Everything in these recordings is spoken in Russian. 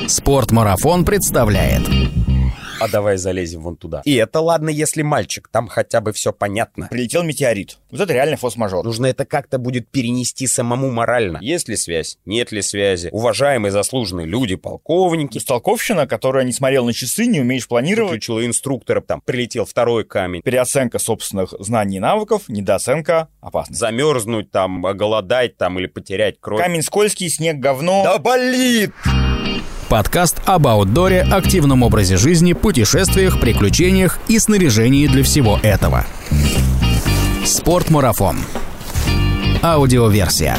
Спортмарафон представляет. А давай залезем вон туда. И это ладно, если мальчик, там хотя бы все понятно. Прилетел метеорит. Вот это реально форс-мажор. Нужно это как-то будет перенести самому морально. Есть ли связь? Нет ли связи? Уважаемые заслуженные люди, полковники. Бестолковщина, которая не смотрел на часы, не умеешь планировать. Включила инструктора, там прилетел второй камень. Переоценка собственных знаний и навыков, недооценка опасности. Замерзнуть там, оголодать там или потерять кровь. Камень скользкий, снег говно. Да болит! Подкаст об аутдоре, активном образе жизни, путешествиях, приключениях и снаряжении для всего этого. Спортмарафон. Аудиоверсия.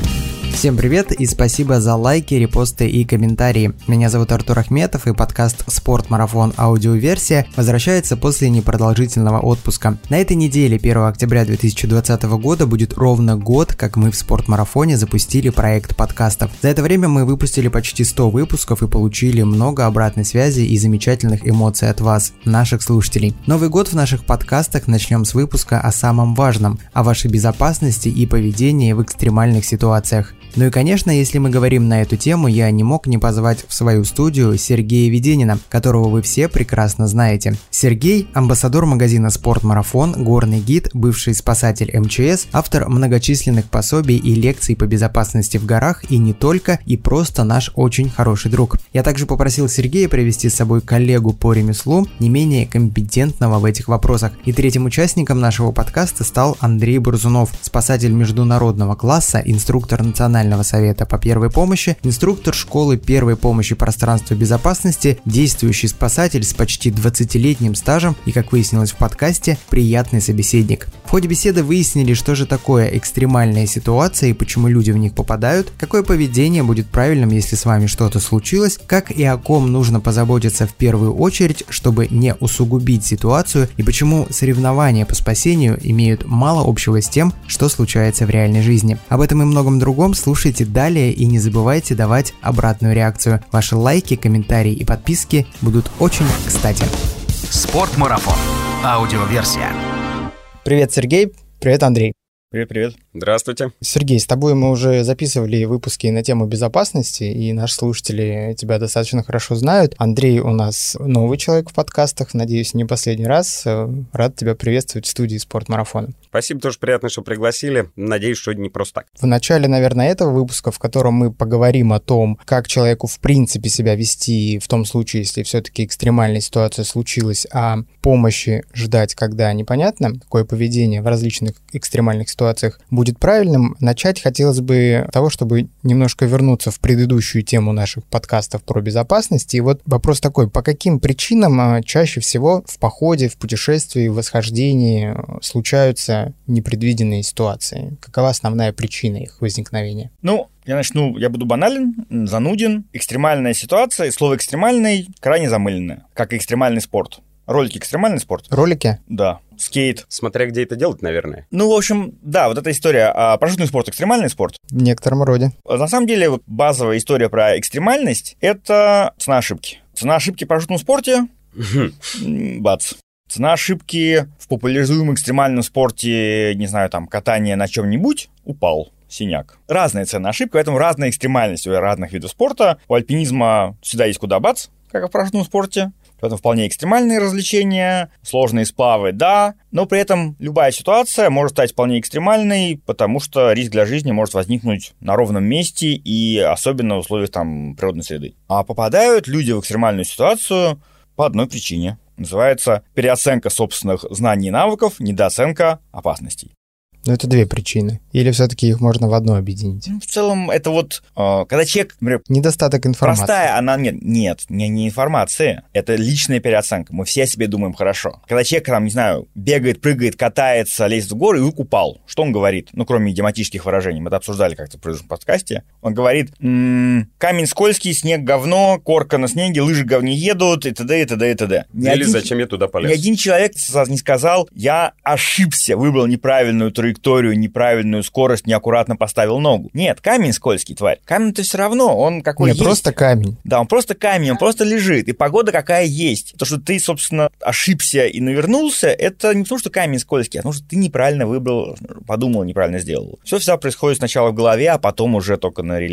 Всем привет и спасибо за лайки, репосты и комментарии. Меня зовут Артур Ахметов, и подкаст «Спортмарафон. Аудиоверсия» возвращается после непродолжительного отпуска. На этой неделе, 1 октября 2020 года, будет ровно год, как мы в «Спортмарафоне» запустили проект подкастов. За это время мы выпустили почти 100 выпусков и получили много обратной связи и замечательных эмоций от вас, наших слушателей. Новый год в наших подкастах начнем с выпуска о самом важном – о вашей безопасности и поведении в экстремальных ситуациях. Ну и, конечно, если мы говорим на эту тему, я не мог не позвать в свою студию Сергея Веденина, которого вы все прекрасно знаете. Сергей – амбассадор магазина «Спортмарафон», горный гид, бывший спасатель МЧС, автор многочисленных пособий и лекций по безопасности в горах и не только, и просто наш очень хороший друг. Я также попросил Сергея привести с собой коллегу по ремеслу, не менее компетентного в этих вопросах. И третьим участником нашего подкаста стал Андрей Борзунов, спасатель международного класса, инструктор Национального совета по первой помощи, инструктор школы первой помощи пространства безопасности, действующий спасатель с почти 20-летним стажем и, как выяснилось в подкасте, приятный собеседник. В ходе беседы выяснили, что же такое экстремальная ситуация и почему люди в них попадают, какое поведение будет правильным, если с вами что-то случилось, как и о ком нужно позаботиться в первую очередь, чтобы не усугубить ситуацию, и почему соревнования по спасению имеют мало общего с тем, что случается в реальной жизни. Об этом и многом другом слушайте далее и не забывайте давать обратную реакцию. Ваши лайки, комментарии и подписки будут очень кстати. Спортмарафон. Аудиоверсия. Привет, Сергей. Привет, Андрей. Привет. Здравствуйте. Сергей, с тобой мы уже записывали выпуски на тему безопасности, и наши слушатели тебя достаточно хорошо знают. Андрей у нас новый человек в подкастах, надеюсь, не последний раз. Рад тебя приветствовать в студии «Спортмарафона». Спасибо, тоже приятно, что пригласили. Надеюсь, что не просто так. В начале, наверное, этого выпуска, в котором мы поговорим о том, как человеку в принципе себя вести в том случае, если все-таки экстремальная ситуация случилась, а помощи ждать, когда непонятно, какое поведение в различных экстремальных ситуациях будет правильным, начать хотелось бы того, чтобы немножко вернуться в предыдущую тему наших подкастов про безопасность. И вот вопрос такой: по каким причинам чаще всего в походе, в путешествии, в восхождении случаются непредвиденные ситуации? Какова основная причина их возникновения? Я буду банален, зануден. Экстремальная ситуация, слово «экстремальный» крайне замыленное, как и экстремальный спорт. Ролики — экстремальный спорт? Ролики? Да. Скейт. Смотря где это делать, наверное. В общем, да, вот эта история. Парашютный спорт — экстремальный спорт? В некотором роде. На самом деле, вот базовая история про экстремальность — это цена ошибки. Цена ошибки в парашютном спорте — бац. Цена ошибки в популяризуемом экстремальном спорте, не знаю, там, катание на чем-нибудь — упал. Синяк. Разная цена ошибки, поэтому разная экстремальность у разных видов спорта. У альпинизма всегда есть куда бац, как и в парашютном спорте. Поэтому вполне экстремальные развлечения, сложные сплавы, да, но при этом любая ситуация может стать вполне экстремальной, потому что риск для жизни может возникнуть на ровном месте и особенно в условиях там природной среды. А попадают люди в экстремальную ситуацию по одной причине. Называется переоценка собственных знаний и навыков, недооценка опасностей. Но это две причины. Или все-таки их можно в одну объединить? В целом, это вот, когда человек, например... Недостаток информации. Простая, она... Нет, не информация. Это личная переоценка. Мы все о себе думаем хорошо. Когда человек, там, не знаю, бегает, прыгает, катается, лезет в горы и вдруг упал. Что он говорит? Кроме идиоматических выражений. Мы это обсуждали как-то в предыдущем подкасте. Он говорит: камень скользкий, снег говно, корка на снеге, лыжи в говне едут, и т.д., и т.д., и т.д. Зачем я туда полез? Ни один человек не сказал: я ошибся, выбрал неправильную траекторию, неправильную скорость, неаккуратно поставил ногу. Нет, камень скользкий, тварь. Камень-то все равно, он какой есть. Не просто камень. Да, он просто камень, он просто лежит. И погода какая есть. То, что ты, собственно, ошибся и навернулся, это не потому, что камень скользкий, а потому, что ты неправильно выбрал, подумал, неправильно сделал. Все всегда происходит сначала в голове, а потом уже только на рельефе.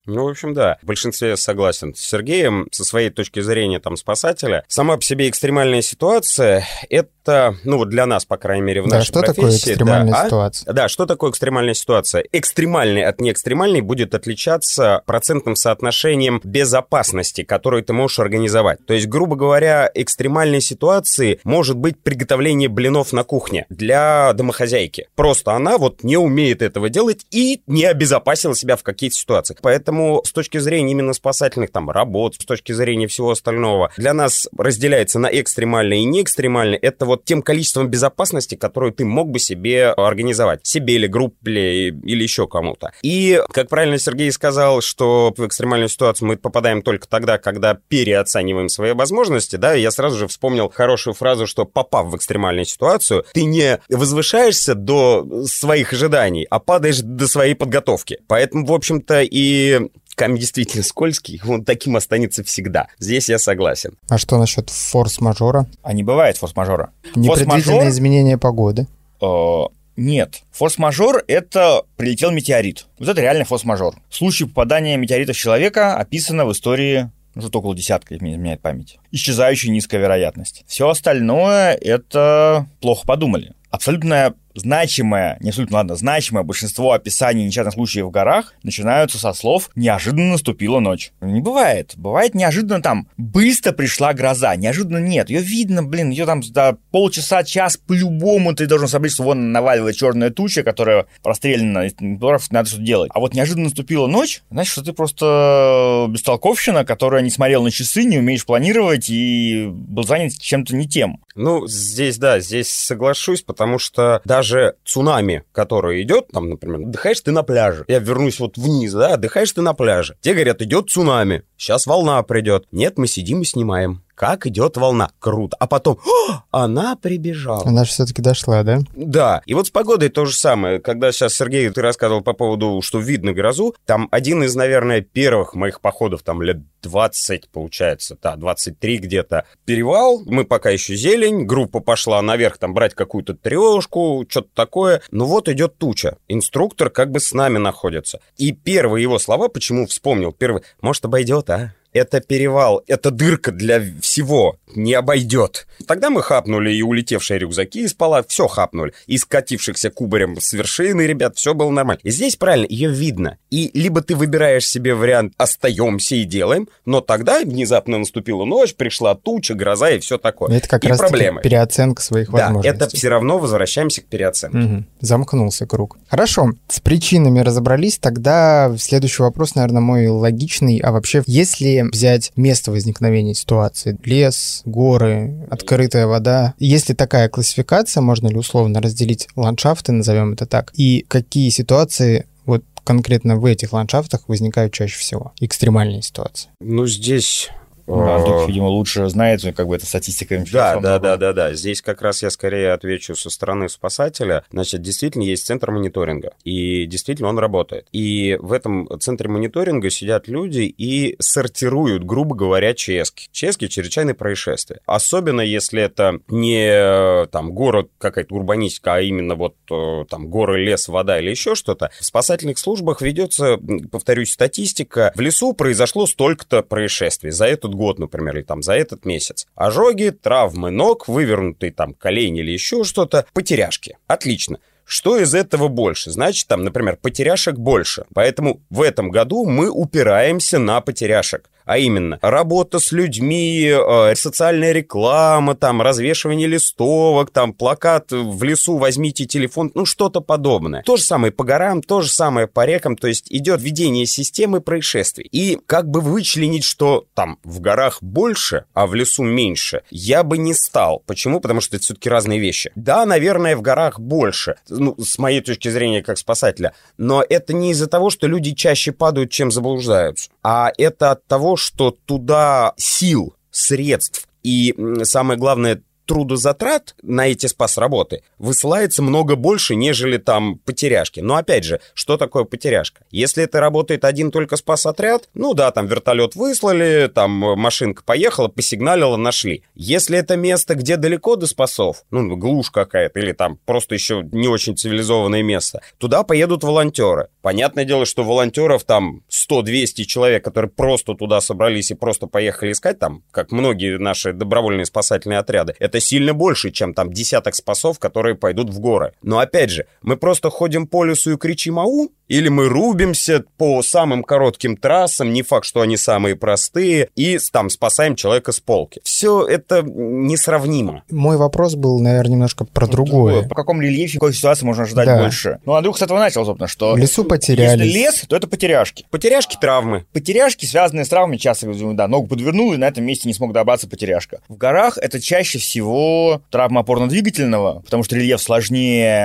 Ну, в общем, да. В большинстве согласен с Сергеем. Со своей точки зрения, там, спасателя, сама по себе экстремальная ситуация — это, ну, вот для нас, по крайней мере, в нашей профессии. Что такое экстремальная ситуация? Да, что такое экстремальная ситуация? Экстремальный от неэкстремальной будет отличаться процентным соотношением безопасности, которую ты можешь организовать. То есть, грубо говоря, экстремальной ситуации может быть приготовление блинов на кухне для домохозяйки. Просто она вот не умеет этого делать и не обезопасила себя в каких-то ситуациях. Поэтому с точки зрения именно спасательных там работ, с точки зрения всего остального, для нас разделяется на экстремальное и неэкстремальное. Это вот тем количеством безопасности, которое ты мог бы себе организовать. Себе или группе, или еще кому-то. И, как правильно Сергей сказал, что в экстремальную ситуацию мы попадаем только тогда, когда переоцениваем свои возможности, да, я сразу же вспомнил хорошую фразу, что попав в экстремальную ситуацию, ты не возвышаешься до своих ожиданий, а падаешь до своей подготовки. Поэтому, в общем-то, и камень действительно скользкий, он таким останется всегда. Здесь я согласен. А что насчет форс-мажора? А не бывает форс-мажора. Непредвиденное изменение погоды? Нет. Форс-мажор — это прилетел метеорит. Вот это реально форс-мажор. Случай попадания метеорита в человека описано в истории что-то около десятка, если мне изменяет память. Исчезающая низкая вероятность. Все остальное — это плохо подумали. Абсолютно значимое, не абсолютно, ладно, значимое большинство описаний несчастных случаев в горах начинаются со слов «неожиданно наступила ночь». Не бывает. Бывает неожиданно там быстро пришла гроза, неожиданно нет. Ее видно, ее там за полчаса, час по-любому ты должен сообразить, что вон наваливает черная туча, которая прострелена, надо что-то делать. А вот неожиданно наступила ночь, значит, что ты просто бестолковщина, которая не смотрела на часы, не умеешь планировать и был занят чем-то не тем. Ну, здесь, да, здесь соглашусь, потому что даже цунами, которое идет, там, например, отдыхаешь ты на пляже. Я вернусь вот вниз, да, отдыхаешь ты на пляже. Те говорят, идет цунами, сейчас волна придет. Нет, мы сидим и снимаем. Как идет волна. Круто. А потом, она прибежала. Она же все-таки дошла, да? Да. И вот с погодой то же самое. Когда сейчас, Сергей, ты рассказывал по поводу, что видно грозу, там один из, наверное, первых моих походов, там лет 20, получается, да, 23 где-то. Перевал, мы пока еще зелень, группа пошла наверх там брать какую-то трешку, что-то такое. Ну вот идет туча. Инструктор как бы с нами находится. И первые его слова, почему вспомнил, первый, может, обойдет, а? Это перевал, это дырка для всего, не обойдет. Тогда мы хапнули и улетевшие рюкзаки из палат, все хапнули. И скатившихся кубарем с вершины, ребят, все было нормально. И здесь правильно, ее видно. И либо ты выбираешь себе вариант «остаемся и делаем», но тогда внезапно наступила ночь, пришла туча, гроза и все такое. Это как и раз проблемы. Переоценка своих возможностей. Да, это все равно возвращаемся к переоценке. Угу. Замкнулся круг. Хорошо, с причинами разобрались, тогда следующий вопрос, наверное, мой логичный. А вообще, если взять место возникновения ситуации, лес, горы, открытая вода, есть ли такая классификация, можно ли условно разделить ландшафты, назовем это так, и какие ситуации вот конкретно в этих ландшафтах возникают чаще всего? Экстремальные ситуации. Ну, здесь... Тут, видимо, лучше знает, как бы эта статистика. Да. Здесь как раз я скорее отвечу со стороны спасателя. Значит, действительно есть центр мониторинга. И действительно он работает. И в этом центре мониторинга сидят люди и сортируют, грубо говоря, ЧСки. ЧСки — чрезвычайные происшествия. Особенно если это не там город, какая-то урбанистика, а именно вот там горы, лес, вода или еще что-то. В спасательных службах ведется, повторюсь, статистика. В лесу произошло столько-то происшествий за этот год, например, или там за этот месяц. Ожоги, травмы ног, вывернутые там колени или еще что-то, потеряшки. Отлично. Что из этого больше? Значит, там, например, потеряшек больше. Поэтому в этом году мы упираемся на потеряшек. А именно, работа с людьми, социальная реклама, там, развешивание листовок, там, плакат в лесу, возьмите телефон, ну, что-то подобное. То же самое по горам, то же самое по рекам, то есть идет введение системы происшествий. И как бы вычленить, что там в горах больше, а в лесу меньше, я бы не стал. Почему? Потому что это все-таки разные вещи. Да, наверное, в горах больше, ну, с моей точки зрения, как спасателя, но это не из-за того, что люди чаще падают, чем заблуждаются, а это от того, что туда сил, средств и, самое главное, трудозатрат на эти спас-работы высылается много больше, нежели там потеряшки. Но опять же, что такое потеряшка? Если это работает один только спас-отряд, ну да, там вертолет выслали, там машинка поехала, посигналила, нашли. Если это место, где далеко до спасов, ну, глушь какая-то, или там просто еще не очень цивилизованное место, туда поедут волонтеры. Понятное дело, что волонтеров там 100-200 человек, которые просто туда собрались и просто поехали искать, там, как многие наши добровольные спасательные отряды, это сильно больше, чем там десяток спасов, которые пойдут в горы. Но опять же, мы просто ходим по лесу и кричим «ау», или мы рубимся по самым коротким трассам, не факт, что они самые простые, и там спасаем человека с полки. Все это несравнимо. Мой вопрос был, наверное, немножко про другое. По какому рельефе, в какой ситуации можно ожидать больше? Ну, Андрюх с этого начал, собственно, что... В лесу потерялись. Если лес, то это потеряшки. Потеряшки, травмы. Потеряшки, связанные с травмами, часто, да, ногу подвернул, и на этом месте не смог добраться потеряшка. В горах это чаще всего травма опорно-двигательного, потому что рельеф сложнее...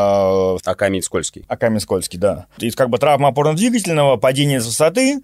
А камень скользкий. А камень скользкий, да. То есть как бы травма опорно-двигательного, падение с высоты,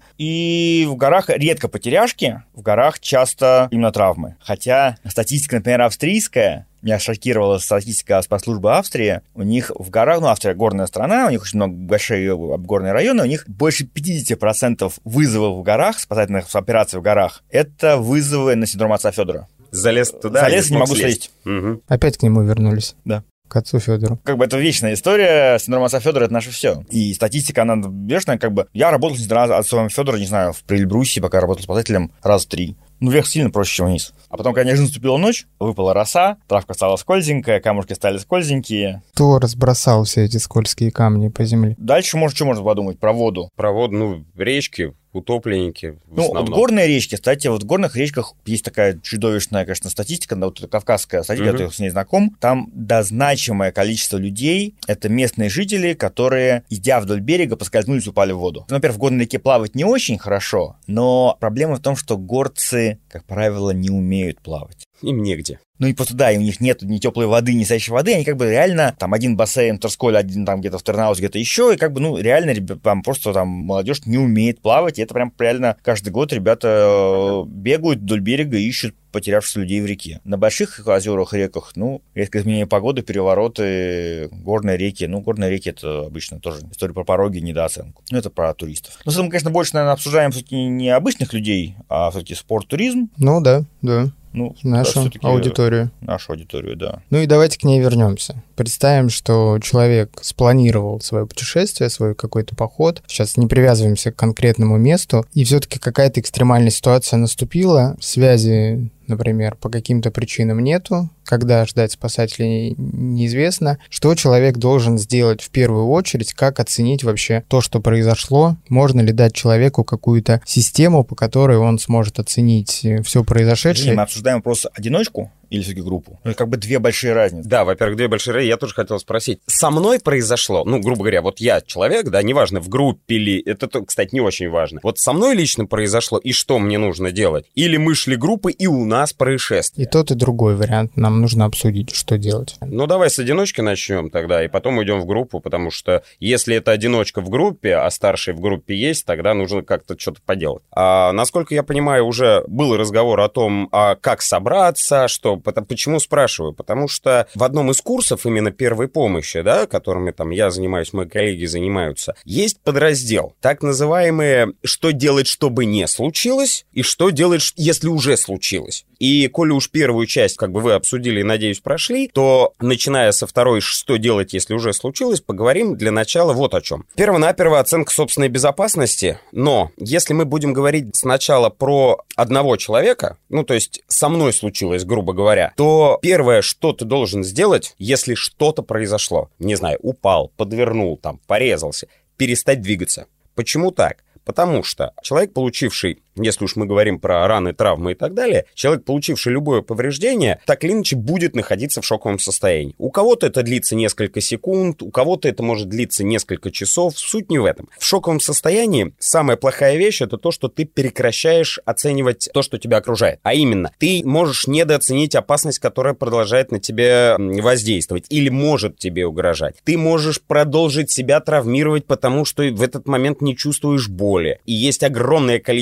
и в горах редко потеряшки, в горах часто именно травмы. Хотя статистика, например, австрийская, меня шокировала статистика спецслужбы Австрии. У них в горах, ну, Австрия горная страна, у них очень много большие горные районы, у них больше 50% вызовов в горах, спасательных операций в горах, это вызовы на синдром отца Федора. Залез туда, залез, не могу слезть. Угу. Опять к нему вернулись. Да. К отцу Федору. Как бы это вечная история. Синдром отца Федора — это наше все. И статистика, она вечная. Как бы я работал с синдромом отца Федора, не знаю, в Прильбрусе, пока работал спасателем, раз 3. Ну, вверх сильно проще, чем вниз. А потом, конечно, наступила ночь, выпала роса, травка стала скользенькая, камушки стали скользенькие. Кто разбросал все эти скользкие камни по земле? Дальше, может, что можно подумать? Про воду. Про воду, ну, речки, утопленники в основном. Вот горные речки, кстати, вот в горных речках есть такая чудовищная, конечно, статистика, да, вот эта кавказская статистика, я с ней знаком. Там значимое количество людей, это местные жители, которые, идя вдоль берега, поскользнулись и упали в воду. Например, в горной реке плавать не очень хорошо, но проблема в том, что горцы, как правило, не умеют плавать. Им негде. Ну и просто, да, и у них нет ни теплой воды, ни стоящей воды, они как бы реально, там, один бассейн в Терсколе, один там где-то в Тернаузе, где-то еще, и как бы, ну, реально, там, просто там молодежь не умеет плавать, и это прям реально каждый год ребята бегают вдоль берега и ищут потерявшихся людей в реке. На больших озерах, реках, ну, резкое изменение погоды, перевороты, горные реки. Ну, горные реки — это обычно тоже история про пороги, недооценку. Ну, это про туристов. Но в целом, конечно, больше, наверное, обсуждаем все-таки не обычных людей, а все-таки спорт, туризм. Ну, да. Ну, нашу аудиторию. Нашу аудиторию, да. Ну и давайте к ней вернемся. Представим, что человек спланировал свое путешествие, свой какой-то поход. Сейчас не привязываемся к конкретному месту. И все-таки какая-то экстремальная ситуация наступила. Связи, например, по каким-то причинам нету. Когда ждать спасателей, неизвестно. Что человек должен сделать в первую очередь? Как оценить вообще то, что произошло? Можно ли дать человеку какую-то систему, по которой он сможет оценить все произошедшее? Мы обсуждаем вопрос одиночку или все-таки группу? Ну, это как бы две большие разницы. Да, во-первых, две большие разницы. Я тоже хотел спросить. Со мной произошло, ну, грубо говоря, вот я человек, да, неважно, в группе ли, это, кстати, не очень важно. Вот со мной лично произошло, и что мне нужно делать? Или мы шли группой, и у нас происшествие? И тот, и другой вариант. Нам нужно обсудить, что делать. Ну, давай с одиночки начнем тогда, и потом уйдем в группу, потому что если это одиночка в группе, а старший в группе есть, тогда нужно как-то что-то поделать. А, насколько я понимаю, уже был разговор о том, как собраться, что... Почему спрашиваю? Потому что в одном из курсов именно первой помощи, да, которыми там я занимаюсь, мои коллеги занимаются, есть подраздел, так называемые «что делать, чтобы не случилось» и «что делать, если уже случилось». И коли уж первую часть, как бы вы обсудили и, надеюсь, прошли, то, начиная со второй «что делать, если уже случилось», поговорим для начала вот о чем. Первонаперво оценка собственной безопасности, но если мы будем говорить сначала про одного человека, ну, то есть со мной случилось, грубо говоря, то первое, что ты должен сделать, если что-то произошло, не знаю, упал, подвернул, там, порезался, перестать двигаться. Почему так? Потому что человек, получивший, если уж мы говорим про раны, травмы и так далее, человек, получивший любое повреждение, так или иначе будет находиться в шоковом состоянии. У кого-то это длится несколько секунд, у кого-то это может длиться несколько часов. Суть не в этом. В шоковом состоянии самая плохая вещь — это то, что ты прекращаешь оценивать то, что тебя окружает. А именно, ты можешь недооценить опасность, которая продолжает на тебя воздействовать или может тебе угрожать. Ты можешь продолжить себя травмировать, потому что в этот момент не чувствуешь боли. И есть огромное количество примеров,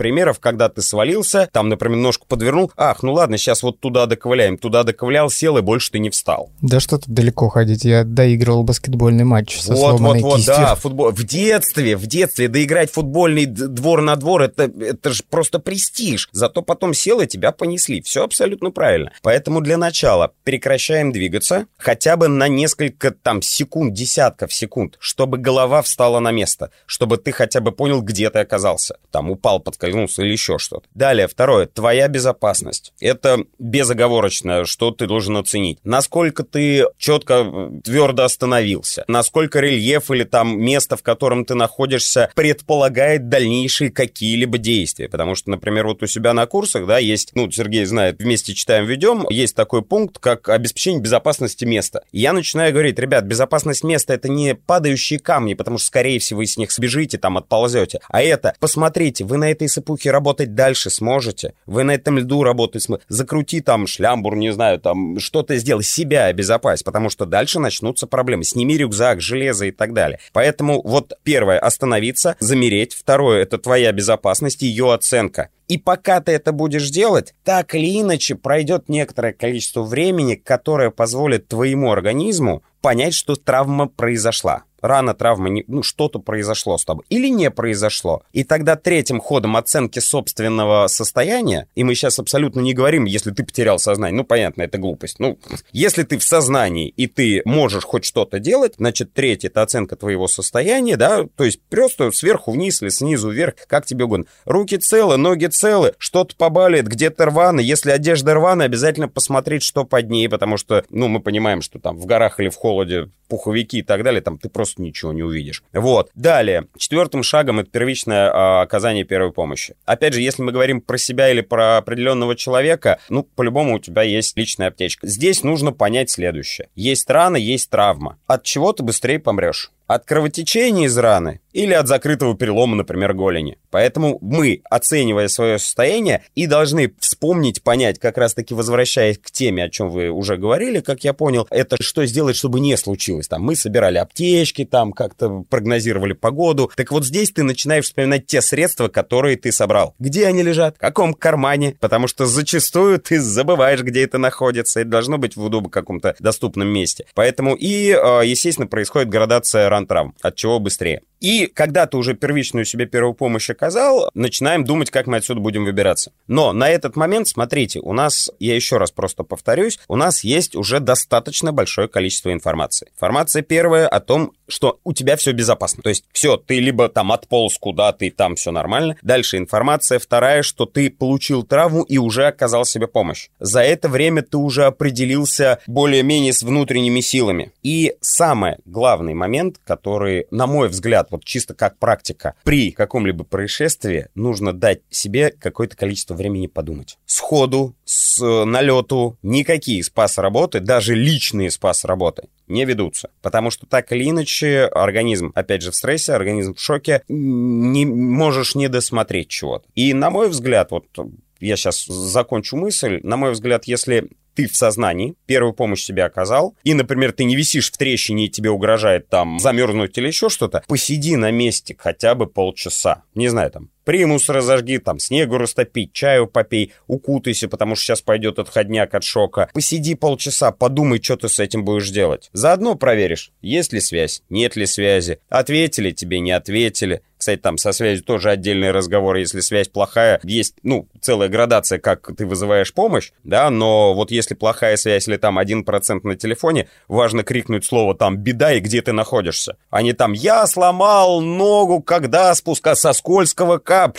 примеров, когда ты свалился, там, например, ножку подвернул, ах, ну ладно, сейчас вот туда доковыляем, туда доковылял, сел, и больше ты не встал. Да что тут далеко ходить, я доигрывал баскетбольный матч со сломанной кистью. Да, футбол. В детстве доиграть футбольный двор на двор, это же просто престиж. Зато потом сел, и тебя понесли. Все абсолютно правильно. Поэтому для начала прекращаем двигаться хотя бы на несколько там секунд, десятков секунд, чтобы голова встала на место, чтобы ты хотя бы понял, где ты оказался. Там упал, подскользнулся или еще что-то. Далее, второе, твоя безопасность. Это безоговорочно, что ты должен оценить. Насколько ты четко, твердо остановился, насколько рельеф или там место, в котором ты находишься, предполагает дальнейшие какие-либо действия. Потому что, например, вот у себя на курсах, да, есть, Сергей знает, вместе читаем, ведем, есть такой пункт, как обеспечение безопасности места. И я начинаю говорить, ребят, безопасность места — это не падающие камни, потому что, скорее всего, вы с них сбежите, там, отползете. А это, посмотрите, вы на этой сыпухе работать дальше сможете, вы на этом льду работать сможете, закрути там шлямбур, не знаю, там, что-то сделай, себя обезопасить, потому что дальше начнутся проблемы. Сними рюкзак, железо и так далее. Поэтому вот первое — остановиться, замереть. Второе — это твоя безопасность, ее оценка. И пока ты это будешь делать, так или иначе пройдет некоторое количество времени, которое позволит твоему организму понять, что травма произошла. Рана, травма, что-то произошло с тобой. Или не произошло. И тогда третьим ходом оценки собственного состояния, и мы сейчас абсолютно не говорим, если ты потерял сознание, понятно, это глупость. Если ты в сознании, и ты можешь хоть что-то делать, значит, третье — это оценка твоего состояния, да, то есть просто сверху вниз или снизу вверх, как тебе угодно. Руки целы, ноги целы, что-то побалит, где-то рвано. Если одежда рвана, обязательно посмотреть, что под ней, потому что, мы понимаем, что там в горах или в холоде пуховики и так далее, там ты просто ничего не увидишь. Вот. Далее. Четвертым шагом — это первичное оказание первой помощи. Опять же, если мы говорим про себя или про определенного человека, по-любому у тебя есть личная аптечка. Здесь нужно понять следующее. Есть рана, есть травма. От чего ты быстрее помрешь? От кровотечения из раны или от закрытого перелома, например, голени. Поэтому мы, оценивая свое состояние, и должны вспомнить, понять, как раз-таки возвращаясь к теме, о чем вы уже говорили, как я понял, это что сделать, чтобы не случилось. Там мы собирали аптечки, там как-то прогнозировали погоду. Так вот здесь ты начинаешь вспоминать те средства, которые ты собрал. Где они лежат? В каком кармане? Потому что зачастую ты забываешь, где это находится. Это должно быть в удобном каком-то доступном месте. Поэтому естественно, происходит градация ран-травм. От чего быстрее. И когда ты уже первичную себе первую помощь оказал, начинаем думать, как мы отсюда будем выбираться. Но на этот момент, смотрите, у нас, я еще раз просто повторюсь, у нас есть уже достаточно большое количество информации. Информация первая о том, что у тебя все безопасно. То есть все, ты либо там отполз куда-то, и там все нормально. Дальше информация вторая, что ты получил травму и уже оказал себе помощь. За это время ты уже определился более-менее с внутренними силами. И самый главный момент, который, на мой взгляд, вот чисто как практика, при каком-либо происшествии нужно дать себе какое-то количество времени подумать. Сходу, с налету, никакие спас-работы, даже личные спас-работы не ведутся. Потому что так или иначе организм, опять же, в стрессе, организм в шоке, не можешь не досмотреть чего-то. И на мой взгляд, вот я сейчас закончу мысль, на мой взгляд, если ты в сознании, первую помощь себе оказал, и, например, ты не висишь в трещине, и тебе угрожает там замерзнуть или еще что-то, посиди на месте хотя бы полчаса. Не знаю, там, примус разожги, там, снегу растопить, чаю попей, укутайся, потому что сейчас пойдет отходняк от шока. Посиди полчаса, подумай, что ты с этим будешь делать. Заодно проверишь, есть ли связь, нет ли связи, ответили тебе, не ответили. Кстати, там со связью тоже отдельный разговор, если связь плохая, есть, целая градация, как ты вызываешь помощь, да, но вот если плохая связь или там 1% на телефоне, важно крикнуть слово там «беда» и где ты находишься, а не там «я сломал ногу, когда спускался со скользкого кап».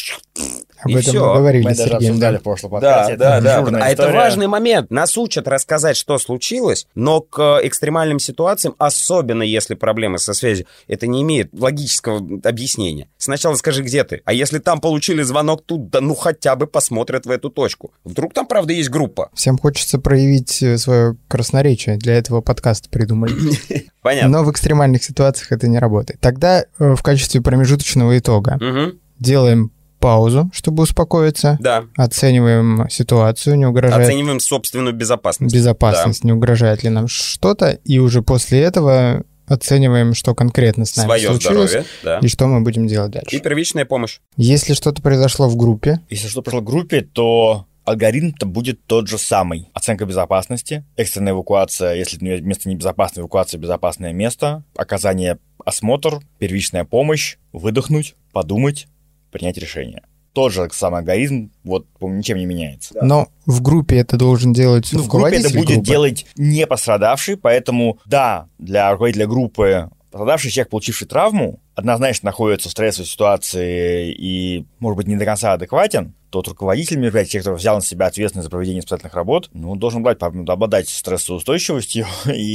Об этом мы говорили с Сергеем, в прошлом подкасте. Да. А это важный момент. Нас учат рассказать, что случилось, но к экстремальным ситуациям, особенно если проблемы со связью, это не имеет логического объяснения. Сначала скажи, где ты. А если там получили звонок тут, да хотя бы посмотрят в эту точку. Вдруг там, правда, есть группа. Всем хочется проявить свое красноречие. Для этого подкаста придумали. Понятно. Но в экстремальных ситуациях это не работает. Тогда в качестве промежуточного итога делаем паузу, чтобы успокоиться. Да. Оцениваем ситуацию, не угрожает... Оцениваем собственную безопасность. Безопасность, да. Не угрожает ли нам что-то. И уже после этого оцениваем, что конкретно с нами Свое случилось, здоровье, да. и что мы будем делать дальше. И первичная помощь. Если что-то произошло в группе, Если что произошло в группе, то алгоритм-то будет тот же самый. Оценка безопасности, экстренная эвакуация, если место небезопасное, эвакуация в безопасное место, оказание осмотр, первичная помощь, выдохнуть, подумать, принять решение. Тот же самый алгоритм, вот, ничем не меняется. но в группе это должен делать В группе это руководитель будет группы. делать не пострадавший, поэтому, да, для руководителя группы пострадавший человек, получивший травму, однозначно находится в стрессовой ситуации и, может быть, не до конца адекватен, тот руководитель мероприятия, человек, который взял на себя ответственность за проведение спасательных работ, должен обладать стрессоустойчивостью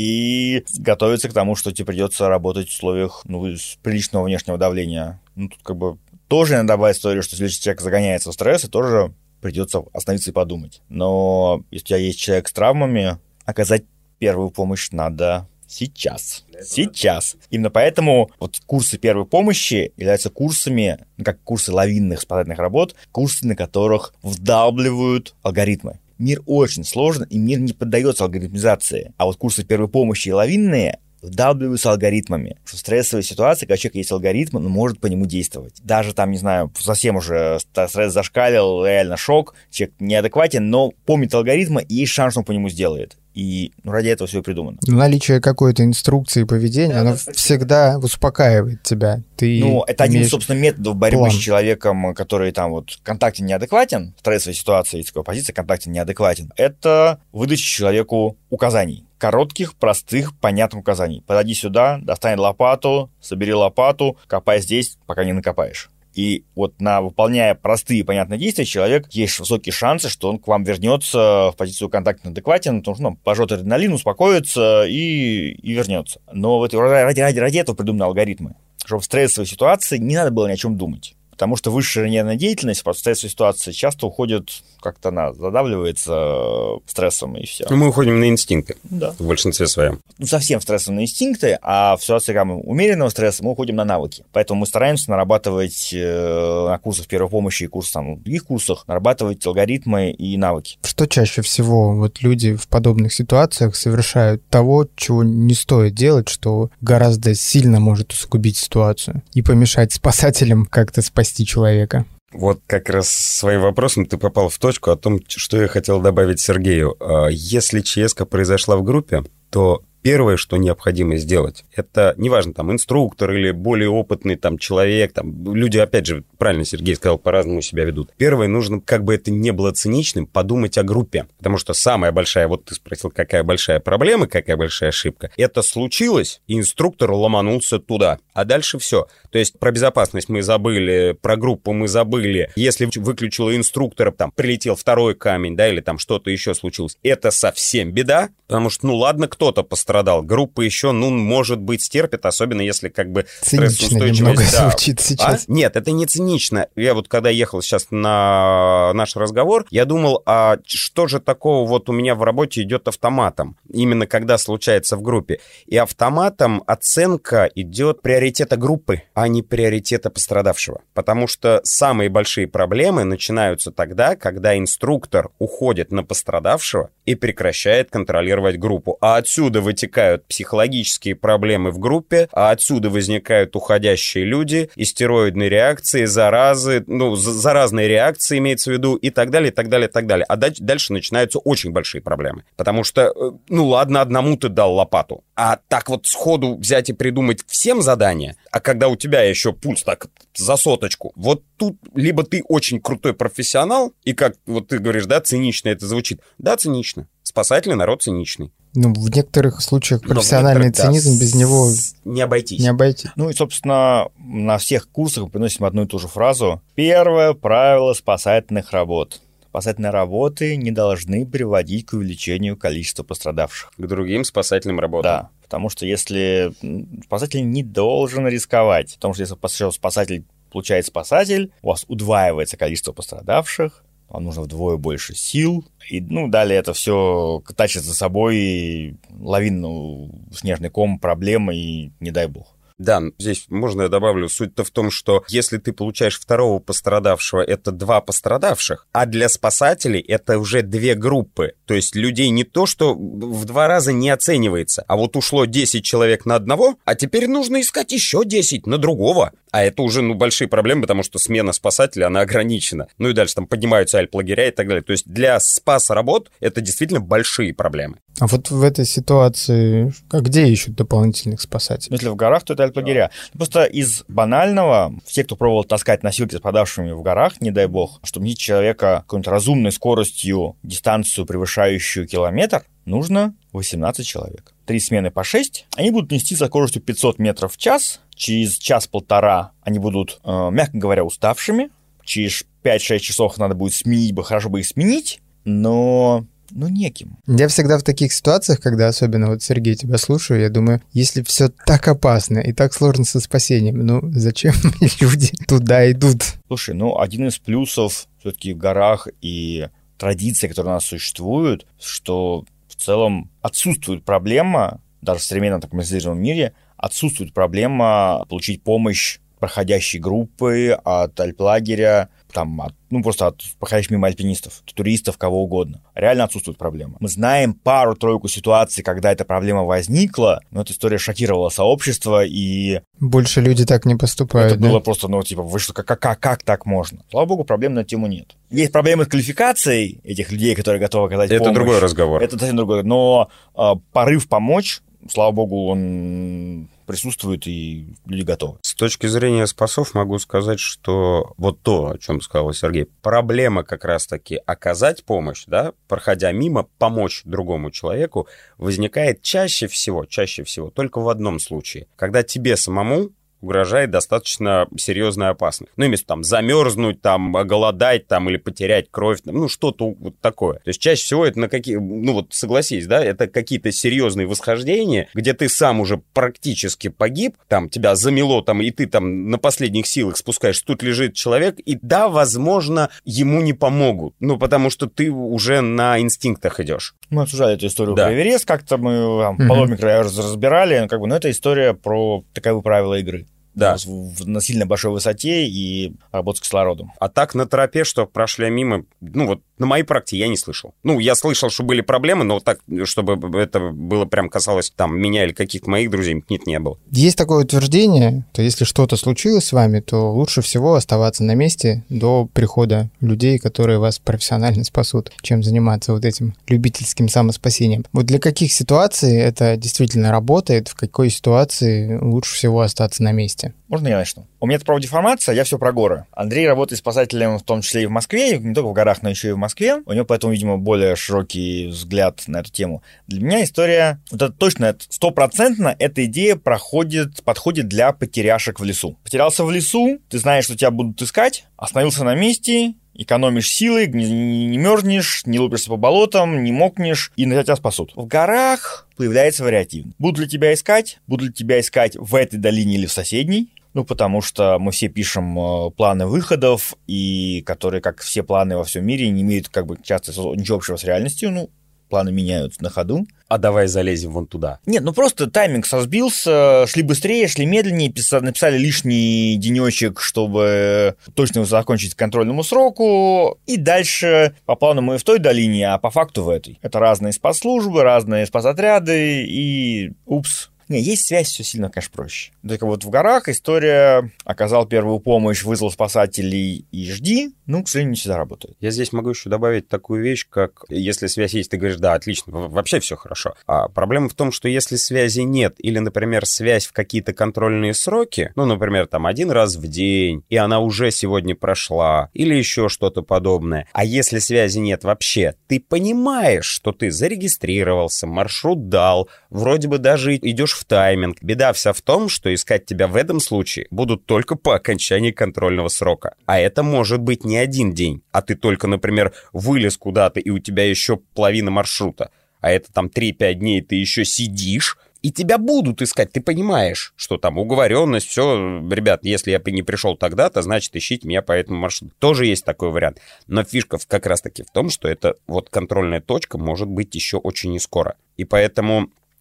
и готовиться к тому, что тебе придется работать в условиях приличного внешнего давления. Тут тоже иногда бывает история, что если человек загоняется в стресс, и тоже придется остановиться и подумать. Но если у тебя есть человек с травмами, оказать первую помощь надо сейчас. Сейчас. Именно поэтому курсы первой помощи являются курсами, как курсы лавинных спасательных работ, курсы, на которых вдалбливают алгоритмы. Мир очень сложен, и мир не поддается алгоритмизации. А курсы первой помощи и лавинные вдалбливаются алгоритмами. В стрессовой ситуации, когда у человека есть алгоритм, он может по нему действовать. Даже совсем уже стресс зашкалил, реально шок, человек неадекватен, но помнит алгоритмы, и есть шанс, что он по нему сделает. И ради этого все и придумано. Наличие какой-то инструкции поведения, оно всегда успокаивает тебя. Это один, собственно, методов борьбы с человеком, который в контакте неадекватен, в стрессовой ситуации, есть такая позиция, в контакте неадекватен. Это выдача человеку указаний. Коротких, простых, понятных указаний. Подойди сюда, достань лопату, собери лопату, копай здесь, пока не накопаешь. И выполняя простые и понятные действия, человек есть высокие шансы, что он к вам вернется в позицию контакта адекватен, потому что пожжет адреналин, успокоится и вернется. Но ради этого придуманы алгоритмы, чтобы в стрессовой ситуации не надо было ни о чем думать. Потому что высшая нервная деятельность в стрессовой ситуации часто уходит, как-то она задавливается стрессом, и все. Мы уходим на инстинкты, да, в большинстве своем. Совсем в стрессом на инстинкты, а в ситуации умеренного стресса мы уходим на навыки. Поэтому мы стараемся нарабатывать на курсах первой помощи и других курсах, нарабатывать алгоритмы и навыки. Что чаще всего люди в подобных ситуациях совершают того, чего не стоит делать, что гораздо сильно может усугубить ситуацию и помешать спасателям как-то спасти человека? Как раз своим вопросом ты попал в точку о том, что я хотел добавить Сергею. Если ЧС-ка произошла в группе, то первое, что необходимо сделать, это, неважно, инструктор или более опытный человек, люди, опять же, правильно Сергей сказал, по-разному себя ведут. Первое, нужно, как бы это ни было циничным, подумать о группе. Потому что самая большая, ты спросил, какая большая проблема, какая большая ошибка. Это случилось, и инструктор ломанулся туда. А дальше все. То есть про безопасность мы забыли, про группу мы забыли. Если выключила инструктора, прилетел второй камень, или что-то еще случилось, это совсем беда, потому что, ладно, кто-то пострадал, группа еще, может быть, стерпит, особенно если стрессоустойчивость. Немного звучит сейчас. Нет, это не цинично. Я когда ехал сейчас на наш разговор, я думал, а что же такого у меня в работе идет автоматом, именно когда случается в группе. И автоматом оценка идет приоритета группы, а не приоритета пострадавшего. Потому что самые большие проблемы начинаются тогда, когда инструктор уходит на пострадавшего и прекращает контролировать группу. А отсюда вытекают психологические проблемы в группе, а отсюда возникают уходящие люди, истероидные реакции, заразы, заразные реакции имеется в виду, и так далее, и так далее, и так далее. А дальше начинаются очень большие проблемы. Потому что, ладно, одному ты дал лопату, а так сходу взять и придумать всем задание, а когда у тебя еще пульс за соточку, тут либо ты очень крутой профессионал, и как ты говоришь, цинично это звучит. Да, цинично. Спасательный народ циничный. В некоторых случаях профессиональный цинизм, без него не обойтись. И, собственно, на всех курсах мы приносим одну и ту же фразу. Первое правило спасательных работ. Спасательные работы не должны приводить к увеличению количества пострадавших. К другим спасательным работам. Да, потому что если спасатель не должен рисковать, потому что если спасатель получает спасатель, у вас удваивается количество пострадавших, вам нужно вдвое больше сил, и, далее это все тащит за собой лавинную снежный ком проблем, и не дай бог. Да, здесь можно я добавлю. Суть-то в том, что если ты получаешь второго пострадавшего, это 2 пострадавших, а для спасателей это уже 2 группы. То есть людей не то, что в 2 раза не оценивается, а вот ушло 10 человек на одного, а теперь нужно искать еще 10 на другого. А это уже, большие проблемы, потому что смена спасателя, она ограничена. Ну и дальше там поднимаются альплагеря и так далее. То есть для спаса работ это действительно большие проблемы. А вот в этой ситуации, где ищут дополнительных спасателей? Если в горах, то это альплагеря. Просто из банального, все, кто пробовал таскать носилки с подавшими в горах, не дай бог, чтобы нести человека какой-нибудь разумной скоростью, дистанцию, превышающую километр, нужно 18 человек. 3 смены по 6. Они будут нести со скоростью 500 метров в час. Через час-полтора они будут, мягко говоря, уставшими. Через 5-6 часов надо будет сменить, хорошо бы их сменить, но неким. Я всегда в таких ситуациях, когда особенно вот, Сергей, тебя слушаю, я думаю, если все так опасно и так сложно со спасением, зачем люди туда идут? Слушай, один из плюсов все-таки в горах и традиции, которые у нас существуют, что в целом отсутствует проблема, даже в современном таком изолированном мире, отсутствует проблема получить помощь проходящей группы от альплагеря, просто от проходящих мимо альпинистов, туристов, кого угодно. Реально отсутствует проблема. Мы знаем пару-тройку ситуаций, когда эта проблема возникла, но эта история шокировала сообщество, и... Больше люди так не поступают, это было просто, вы что, как так можно? Слава богу, проблем на эту тему нет. Есть проблемы с квалификацией этих людей, которые готовы оказать помощь. Это другой разговор. Это совсем другой. Но порыв помочь, слава богу, он присутствует, и люди готовы. С точки зрения спасов могу сказать, что вот то, о чем сказал Сергей, проблема как раз-таки оказать помощь, да, проходя мимо, помочь другому человеку, возникает чаще всего только в одном случае. Когда тебе самому угрожает достаточно серьезная опасность. Имеется там замерзнуть, оголодать, или потерять кровь, что-то вот такое. То есть чаще всего это согласись, да, это какие-то серьезные восхождения, где ты сам уже практически погиб, тебя замело, и ты на последних силах спускаешься, тут лежит человек, и да, возможно, ему не помогут, потому что ты уже на инстинктах идешь. Мы обсуждали эту историю про Эверест, как-то мы половник разбирали, но это история про таковы правила игры. Да. На сильно большой высоте и работать с кислородом. А так на тропе, что прошли мимо, на моей практике я не слышал. Я слышал, что были проблемы, но так, чтобы это было прям касалось меня или каких-то моих друзей, нет, не было. Есть такое утверждение, что если что-то случилось с вами, то лучше всего оставаться на месте до прихода людей, которые вас профессионально спасут, чем заниматься этим любительским самоспасением. Для каких ситуаций это действительно работает, в какой ситуации лучше всего остаться на месте? Можно я начну? У меня это профдеформация, я все про горы. Андрей работает спасателем в том числе и в Москве, не только в горах, но еще и в Москве. У него поэтому, видимо, более широкий взгляд на эту тему. Для меня история, это точно, 100% эта идея подходит для потеряшек в лесу. Потерялся в лесу, ты знаешь, что тебя будут искать, остановился на месте, экономишь силы, не мерзнешь, не лупишься по болотам, не мокнешь, и на тебя спасут. В горах появляется вариативность. Будут ли тебя искать в этой долине или в соседней? Потому что мы все пишем планы выходов, и которые, как все планы во всем мире, не имеют часто ничего общего с реальностью. Планы меняются на ходу. А давай залезем вон туда. Нет, просто тайминг сбился, шли быстрее, шли медленнее, написали лишний денечек, чтобы точно закончить к контрольному сроку, и дальше по плану мы в той долине, а по факту в этой. Это разные спецслужбы, разные спецотряды, и есть связь, все сильно, конечно, проще. Только в горах история: оказал первую помощь, вызвал спасателей и жди, к сожалению, не всегда работает. Я здесь могу еще добавить такую вещь, как если связь есть, ты говоришь, да, отлично, вообще все хорошо. А проблема в том, что если связи нет, или, например, связь в какие-то контрольные сроки, например, 1 раз в день, и она уже сегодня прошла, или еще что-то подобное. А если связи нет вообще, ты понимаешь, что ты зарегистрировался, маршрут дал, вроде бы даже идешь в тайминг. Беда вся в том, что искать тебя в этом случае будут только по окончании контрольного срока. А это может быть не один день, а ты только, например, вылез куда-то, и у тебя еще половина маршрута. А это 3-5 дней ты еще сидишь, и тебя будут искать. Ты понимаешь, что уговоренность, все, ребят, если я не пришел тогда-то, значит, ищите меня по этому маршруту. Тоже есть такой вариант. Но фишка как раз-таки в том, что это контрольная точка может быть еще очень не скоро. И поэтому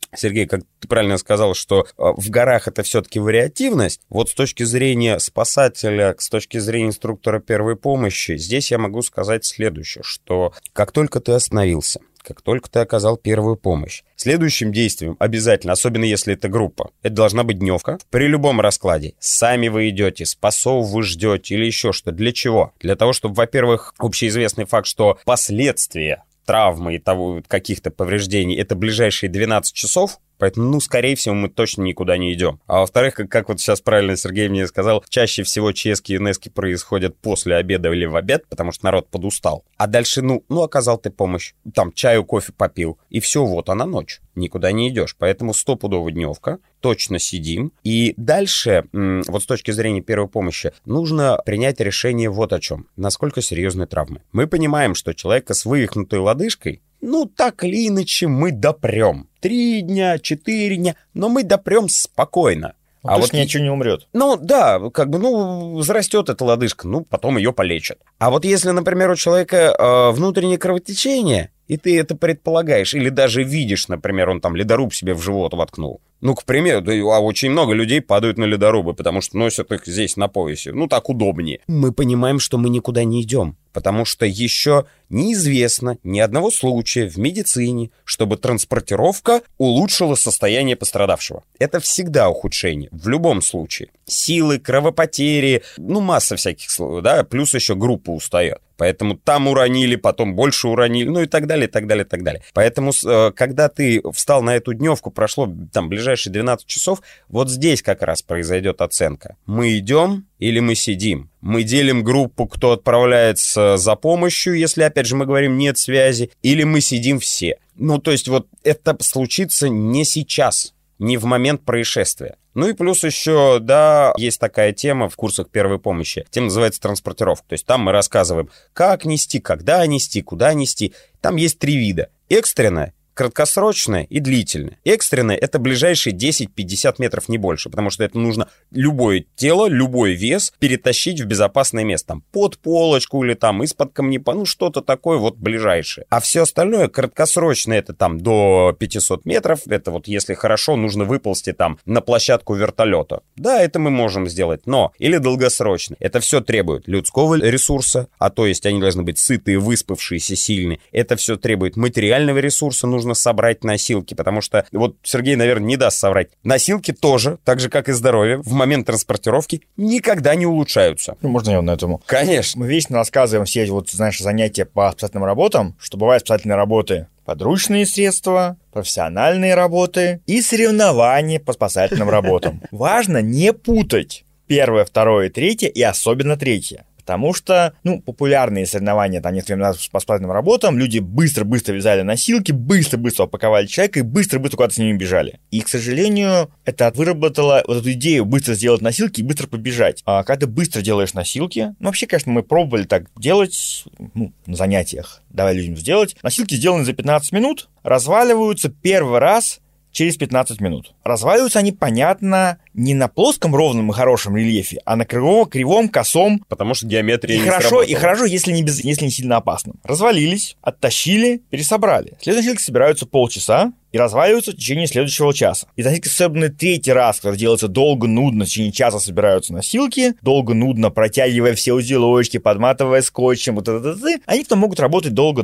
Сергей, как ты правильно сказал, что в горах это все-таки вариативность. Вот с точки зрения спасателя, с точки зрения инструктора первой помощи, здесь я могу сказать следующее, что как только ты остановился, как только ты оказал первую помощь, следующим действием обязательно, особенно если это группа, это должна быть дневка. При любом раскладе сами вы идете, спасов вы ждете или еще что. Для чего? Для того, чтобы, во-первых, общеизвестный факт, что последствия травмы и того, каких-то повреждений, это ближайшие 12 часов, поэтому, скорее всего, мы точно никуда не идем. А во-вторых, как вот сейчас правильно Сергей мне сказал, чаще всего ЧСки и НСки происходят после обеда или в обед, потому что народ подустал. А дальше, оказал ты помощь, там, чаю, кофе попил, и все, вот она ночь, никуда не идешь. Поэтому стопудово дневка, точно сидим. И дальше, вот с точки зрения первой помощи, нужно принять решение вот о чем. Насколько серьезны травмы. Мы понимаем, что человека с вывихнутой лодыжкой, так или иначе мы допрем. 3 дня, 4 дня, но мы допрем спокойно. А вот ничего не умрет. Взрастет эта лодыжка, потом ее полечат. А вот если, например, у человека внутреннее кровотечение, и ты это предполагаешь, или даже видишь, например, он там ледоруб себе в живот воткнул. К примеру, очень много людей падают на ледорубы, потому что носят их здесь на поясе. Так удобнее. Мы понимаем, что мы никуда не идем, потому что еще неизвестно ни одного случая в медицине, чтобы транспортировка улучшила состояние пострадавшего. Это всегда ухудшение, в любом случае. Силы, кровопотери, масса всяких слов, да, плюс еще группа устает. Поэтому там уронили, потом больше уронили, и так далее, и так далее, и так далее. Поэтому, когда ты встал на эту дневку, прошло там ближайшие 12 часов, вот здесь как раз произойдет оценка. Мы идем или мы сидим? Мы делим группу, кто отправляется за помощью, если, опять же, мы говорим, нет связи, или мы сидим все. То есть вот это случится не сейчас, не в момент происшествия. И плюс еще, да, есть такая тема в курсах первой помощи. Тема называется транспортировка. То есть там мы рассказываем, как нести, когда нести, куда нести. Там есть 3 вида. Экстренная, краткосрочное и длительное. Экстренное — это ближайшие 10-50 метров, не больше, потому что это нужно любое тело, любой вес перетащить в безопасное место. Там, под полочку или там из-под камнепада, что-то такое вот ближайшее. А все остальное краткосрочное — это там до 500 метров. Это вот если хорошо, нужно выползти там на площадку вертолета. Да, это мы можем сделать, но или долгосрочно. Это все требует людского ресурса, а то есть они должны быть сытые, выспавшиеся, сильные. Это все требует материального ресурса, нужно собрать носилки, потому что, вот Сергей, наверное, не даст соврать. Носилки тоже, так же, как и здоровье, в момент транспортировки никогда не улучшаются. Можно я на этому? Конечно. Мы вечно рассказываем все занятия по спасательным работам, что бывают спасательные работы подручные средства, профессиональные работы и соревнования по спасательным работам. Важно не путать первое, второе и третье, и особенно третье. Потому что, популярные соревнования там некоторые времена по спасательным работам, люди быстро-быстро вязали носилки, быстро-быстро упаковали человека и быстро-быстро куда-то с ними бежали. И, к сожалению, это выработало вот эту идею быстро сделать носилки и быстро побежать. А когда ты быстро делаешь носилки, вообще, конечно, мы пробовали так делать, на занятиях, давай людям сделать. Носилки сделаны за 15 минут, разваливаются первый раз через 15 минут. Разваливаются они, понятно, не на плоском, ровном и хорошем рельефе, а на кривом, косом. Потому что геометрия не сработала. И хорошо, если не сильно опасным. Развалились, оттащили, пересобрали. Следующие носилки собираются полчаса и разваливаются в течение следующего часа. И носилки, особенно третий раз, когда делается долго, нудно, в течение часа собираются носилки, долго, нудно, протягивая все узелочки, подматывая скотчем, они потом могут работать долго.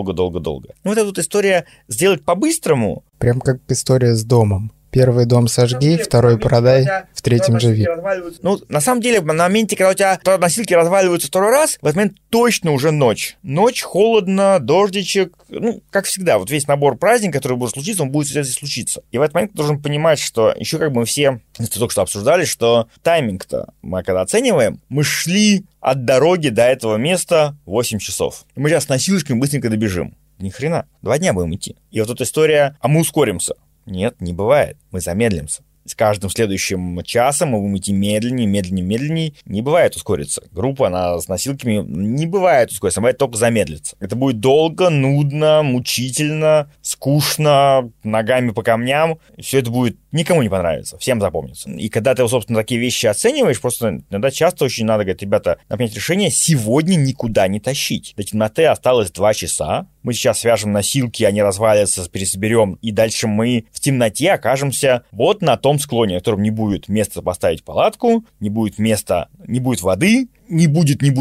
Вот эта вот история сделать по-быстрому. Прям как история с домом. Первый дом сожги, второй продай, в третьем живи. На самом деле, на моменте, когда у тебя носилки разваливаются второй раз, в этот момент точно уже ночь. Ночь, холодно, дождичек. Как всегда, вот весь набор праздников, который будет случиться, он будет здесь случиться. И в этот момент ты должен понимать, что еще мы все только что обсуждали, что тайминг-то мы когда оцениваем, мы шли от дороги до этого места 8 часов. И мы сейчас с носилочками быстренько добежим. Ни хрена, 2 дня будем идти. И вот эта история, а мы ускоримся. Нет, не бывает. Мы замедлимся. С каждым следующим часом мы будем идти медленнее. Не бывает ускориться. Группа, она с носилками не бывает ускориться, она бывает только замедлиться. Это будет долго, нудно, мучительно, скучно, ногами по камням. Все это будет никому не понравится, всем запомнится. И когда ты, собственно, такие вещи оцениваешь, просто иногда часто очень надо говорить: ребята, надо принять решение сегодня никуда не тащить. До темноты осталось 2 часа, мы сейчас свяжем носилки, они развалятся, пересоберем, и дальше мы в темноте окажемся вот на том склоне, на котором не будет места поставить палатку, не будет места, не будет воды, не будет. Мы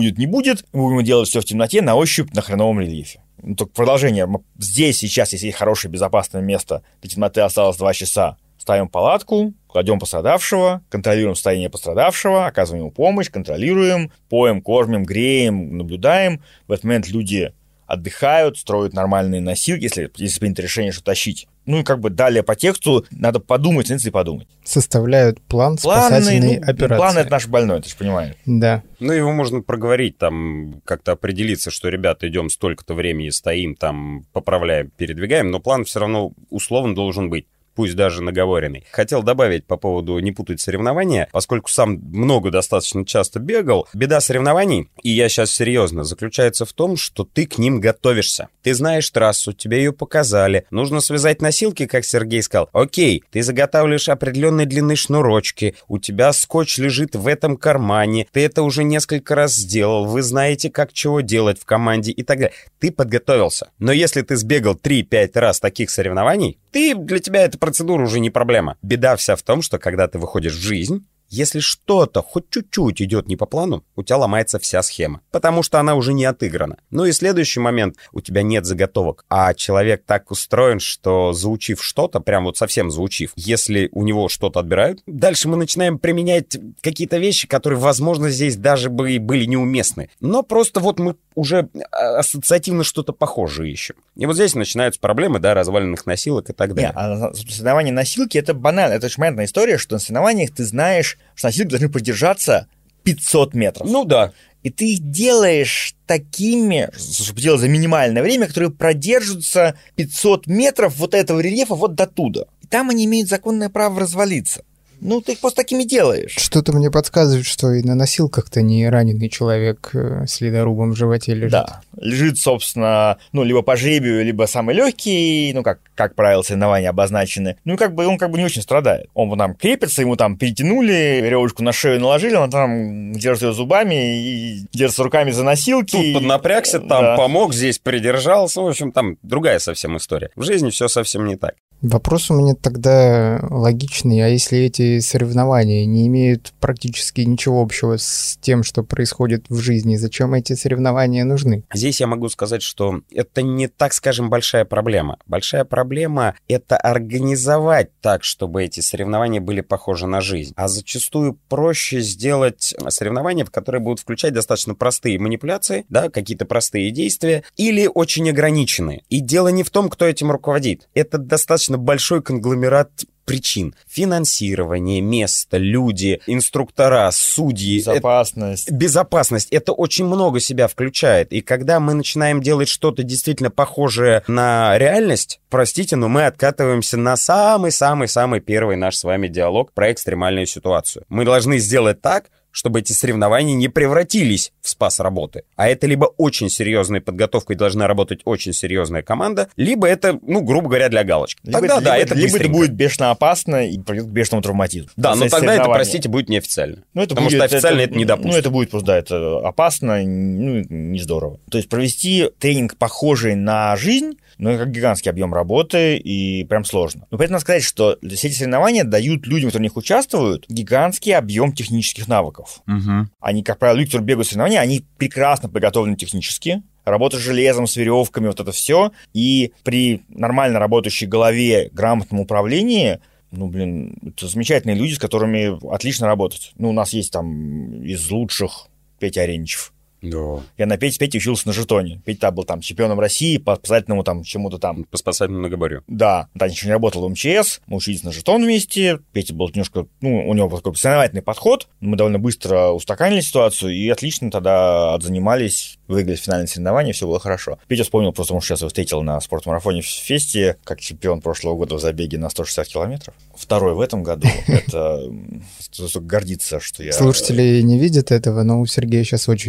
будем делать все в темноте на ощупь на хреновом рельефе. Ну, только продолжение. Здесь сейчас, если есть хорошее безопасное место, до темноты осталось 2 часа, ставим палатку, кладем пострадавшего, контролируем состояние пострадавшего, оказываем ему помощь, контролируем, поем, кормим, греем, наблюдаем. В этот момент люди отдыхают, строят нормальные носилки, если принято решение, что тащить. Ну и как бы далее по тексту надо подумать, и подумать. Составляют план спасательной операции. План — это наш больной, ты же понимаешь. Да. Ну, его можно проговорить, там, как-то определиться, что, ребята, идем столько-то времени, стоим, там, поправляем, передвигаем, но план все равно условно должен быть. Пусть даже наговоренный. Хотел добавить по поводу не путать соревнования, поскольку сам много достаточно часто бегал. Беда соревнований, и я сейчас серьезно, заключается в том, что ты к ним готовишься. Ты знаешь трассу, тебе ее показали. Нужно связать носилки, как Сергей сказал. Окей, ты заготавливаешь определенной длины шнурочки, у тебя скотч лежит в этом кармане, ты это уже несколько раз сделал, вы знаете, как чего делать в команде и так далее. Ты подготовился. Но если ты сбегал 3-5 раз таких соревнований, для тебя эта процедура уже не проблема. Беда вся в том, что когда ты выходишь в жизнь, если что-то хоть чуть-чуть идет не по плану, у тебя ломается вся схема, потому что она уже не отыграна. Ну и следующий момент, у тебя нет заготовок, а человек так устроен, что заучив что-то, прям вот совсем заучив, если у него что-то отбирают, дальше мы начинаем применять какие-то вещи, которые, возможно, здесь даже бы и были неуместны. Но просто вот мы уже ассоциативно что-то похожее ищем. И вот здесь начинаются проблемы, да, разваленных носилок и так далее. А соревнования носилки — это банально. Это очень понятная история, что на соревнованиях ты знаешь, что носилки должны продержаться 500 метров. Ну да. И ты их делаешь такими, чтобы делать за минимальное время, которые продержатся 500 метров вот этого рельефа вот до туда. И там они имеют законное право развалиться. Ну, ты их просто такими делаешь. Что-то мне подсказывает, что и на носилках-то не раненый человек с ледорубом в животе лежит. Да, лежит, собственно, ну, либо по жребию, либо самый легкий, ну, как правило, соревнования обозначены. Ну, и как бы он как бы не очень страдает. Он там крепится, ему там перетянули, веревочку на шею наложили, он там держит ее зубами и держится руками за носилки. Тут поднапрягся, там помог, здесь придержался. В общем, там другая совсем история. В жизни все совсем не так. Вопрос у меня тогда логичный, а если эти соревнования не имеют практически ничего общего с тем, что происходит в жизни, зачем эти соревнования нужны? Здесь я могу сказать, что это не, так скажем, большая проблема. Большая проблема — это организовать так, чтобы эти соревнования были похожи на жизнь. А зачастую проще сделать соревнования, в которые будут включать достаточно простые манипуляции, да, какие-то простые действия, или очень ограниченные. И дело не в том, кто этим руководит. Это достаточно большой конгломерат причин. Финансирование, место, люди, инструктора, судьи. Безопасность. Это очень много себя включает. И когда мы начинаем делать что-то действительно похожее на реальность, простите, но мы откатываемся на самый-самый-самый первый наш с вами диалог про экстремальную ситуацию. Мы должны сделать так, чтобы эти соревнования не превратились в спас работы. А это либо очень серьезная подготовка и должна работать очень серьезная команда, либо это, ну, грубо говоря, для галочки. Тогда это будет бешено опасно и приведет к бешеному травматизму. Да, но тогда это, простите, будет неофициально. Потому что официально это не допустим. Ну, это будет просто, да, это опасно, ну, не здорово. То есть провести тренинг, похожий на жизнь, ну, это как гигантский объем работы, и прям сложно. Но при этом надо сказать, что все эти соревнования дают людям, которые в них участвуют, гигантский объем технических навыков. Угу. Они, как правило, люди, которые бегают в соревнования, они прекрасно подготовлены технически, работа с железом, с веревками, вот это все. И при нормально работающей голове, грамотном управлении, ну, блин, это замечательные люди, с которыми отлично работать. Ну, у нас есть там из лучших Петя Ареничев. Да. Я на Пете учился на жетоне. Петя был там чемпионом России по спасательному там чему-то там. По спасательному многоборью. Да. Таня еще не работала в МЧС. Мы учились на жетон вместе. Петя был немножко, ну, у него был такой соревновательный подход. Мы довольно быстро устаканили ситуацию и отлично тогда отзанимались. Выиграли финальное соревнование, все было хорошо. Петя вспомнил, просто потому что сейчас его встретил на спортмарафоне в Фесте, как чемпион прошлого года в забеге на 160 километров. Второй в этом году. Это гордиться, что я... Слушатели не видят этого, но у Сергея сейчас очень удивленное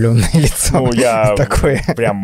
удивленное лицо. Ну, я такое. Прям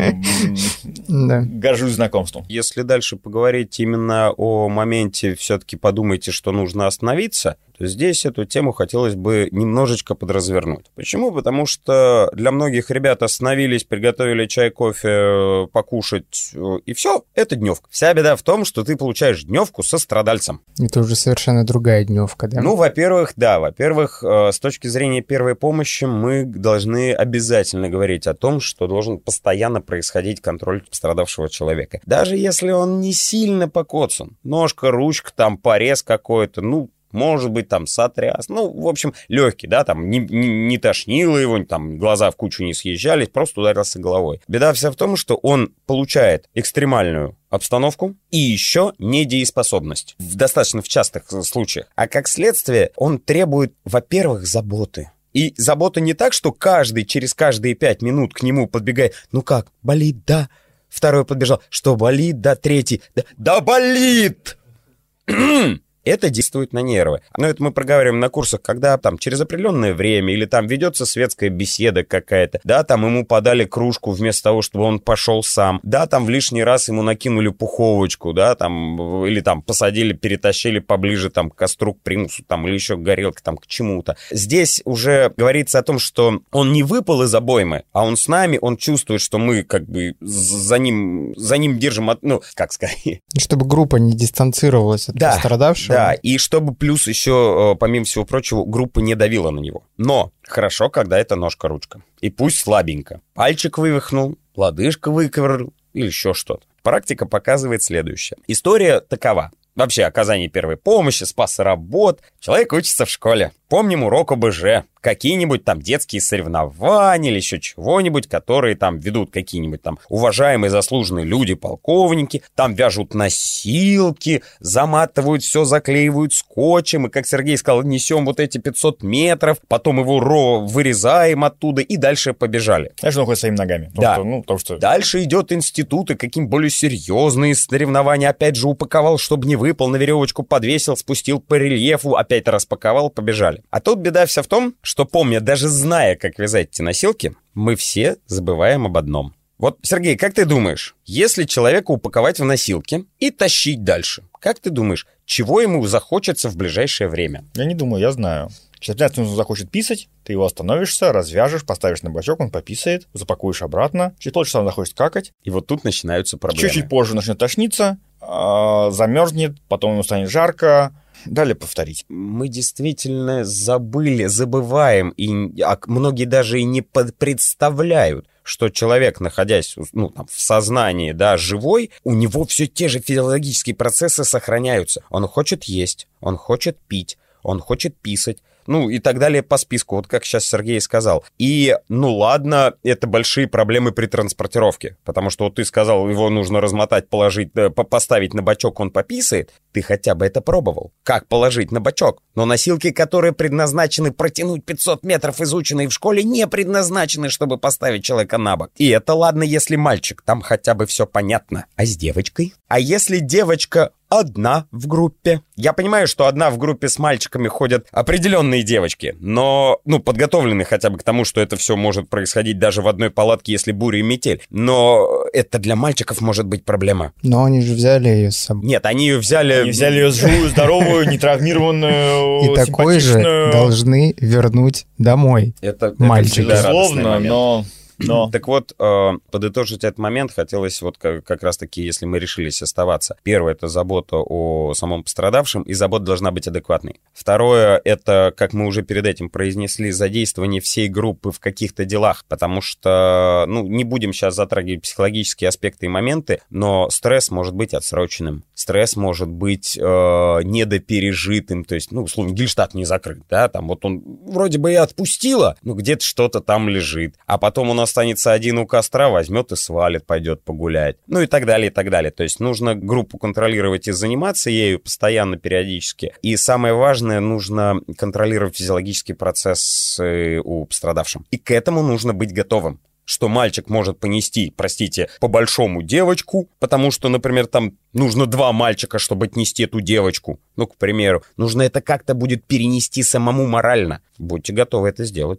горжусь знакомством. Если дальше поговорить именно о моменте, все-таки подумайте, что нужно остановиться, то здесь эту тему хотелось бы немножечко подразвернуть. Почему? Потому что для многих ребят остановились, приготовили чай, кофе, покушать, и все, это дневка. Вся беда в том, что ты получаешь дневку со страдальцем. Это уже совершенно другая дневка, да? Ну, во-первых, да. Во-первых, с точки зрения первой помощи мы должны обязательно говорить о том, что должен постоянно происходить контроль пострадавшего человека. Даже если он не сильно покоцан. Ножка, ручка, там порез какой-то, ну, может быть, там сотряс, ну, в общем, легкий, да, там не тошнило его, там глаза в кучу не съезжались, просто ударился головой. Беда вся в том, что он получает экстремальную обстановку и еще недееспособность, достаточно в частых случаях. А как следствие, он требует, во-первых, заботы. И забота не так, что через каждые 5 минут к нему подбегает, ну как, болит, да? Второй подбежал, что болит, да? Третий, да болит! Это действует на нервы. Но это мы проговариваем на курсах, когда там через определенное время или там ведется светская беседа какая-то, да, там ему подали кружку вместо того, чтобы он пошел сам, да, там в лишний раз ему накинули пуховочку, да, там, или там посадили, перетащили поближе там к костру, к примусу, там, или еще к горелке, там, к чему-то. Здесь уже говорится о том, что он не выпал из обоймы, а он с нами, он чувствует, что мы как бы за ним держим, ну, как сказать. Чтобы группа не дистанцировалась от пострадавшего. Да, и чтобы плюс еще, помимо всего прочего, группа не давила на него. Но хорошо, когда это ножка-ручка. И пусть слабенько. Пальчик вывихнул, лодыжка выковырил или еще что-то. Практика показывает следующее. История такова. Вообще, оказание первой помощи, спас работ. Человек учится в школе. Помним урок ОБЖ. Какие-нибудь там детские соревнования или еще чего-нибудь, которые там ведут какие-нибудь там уважаемые заслуженные люди, полковники, там вяжут носилки, заматывают все, заклеивают скотчем, и, как Сергей сказал, несем вот эти 500 метров, потом его вырезаем оттуда и дальше побежали. Знаешь, он ходит своими ногами. Да. Потому что... Дальше идет институт, и каким более серьезные соревнования, опять же упаковал, чтобы не выпал, на веревочку подвесил, спустил по рельефу, опять распаковал, побежали. А тут беда вся в том, что, помня, даже зная, как вязать эти носилки, мы все забываем об одном. Вот, Сергей, как ты думаешь, если человека упаковать в носилки и тащить дальше, как ты думаешь, чего ему захочется в ближайшее время? Я не думаю, я знаю. Если обязательно он захочет писать, ты его остановишься, развяжешь, поставишь на бачок, он пописает, запакуешь обратно. Через полчаса он захочет какать. И вот тут начинаются проблемы. Чуть-чуть позже начнет тошниться, замерзнет, потом ему станет жарко. Далее повторить. Мы действительно забываем, и многие даже и не представляют, что человек, находясь там, в сознании, да, живой, у него все те же физиологические процессы сохраняются. Он хочет есть, он хочет пить, он хочет писать, ну и так далее по списку, вот как сейчас Сергей сказал. И, ну ладно, это большие проблемы при транспортировке, потому что вот ты сказал, его нужно размотать, положить, поставить на бачок, он пописает. Ты хотя бы это пробовал? Как положить на бачок? Но носилки, которые предназначены протянуть 500 метров, изученные в школе, не предназначены, чтобы поставить человека на бок. И это ладно, если мальчик, там хотя бы все понятно. А с девочкой? А если девочка одна в группе? Я понимаю, что одна в группе с мальчиками ходят определенные девочки, но, подготовлены хотя бы к тому, что это все может происходить даже в одной палатке, если буря и метель. Но это для мальчиков может быть проблема. Но они же взяли ее с собой. Нет, они ее взяли... Они взяли ее живую, здоровую, нетравмированную, и такой же должны вернуть домой. Это мальчик. Безусловно, но... Так вот, подытожить этот момент хотелось вот как раз-таки, если мы решились оставаться. Первое — это забота о самом пострадавшем, и забота должна быть адекватной. Второе — это, как мы уже перед этим произнесли, задействование всей группы в каких-то делах, потому что, не будем сейчас затрагивать психологические аспекты и моменты, но стресс может быть отсроченным, стресс может быть недопережитым, то есть, условно, Гельштадт не закрыт, да, там вот он вроде бы и отпустило, но где-то что-то там лежит, а потом он останется один у костра, возьмет и свалит, пойдет погулять. И так далее, и так далее. То есть нужно группу контролировать и заниматься ею постоянно, периодически. И самое важное, нужно контролировать физиологический процесс у пострадавшего. И к этому нужно быть готовым. Что мальчик может понести, по-большому девочку, потому что, например, там нужно 2 мальчика, чтобы отнести эту девочку. К примеру. Нужно это как-то будет перенести самому морально. Будьте готовы это сделать.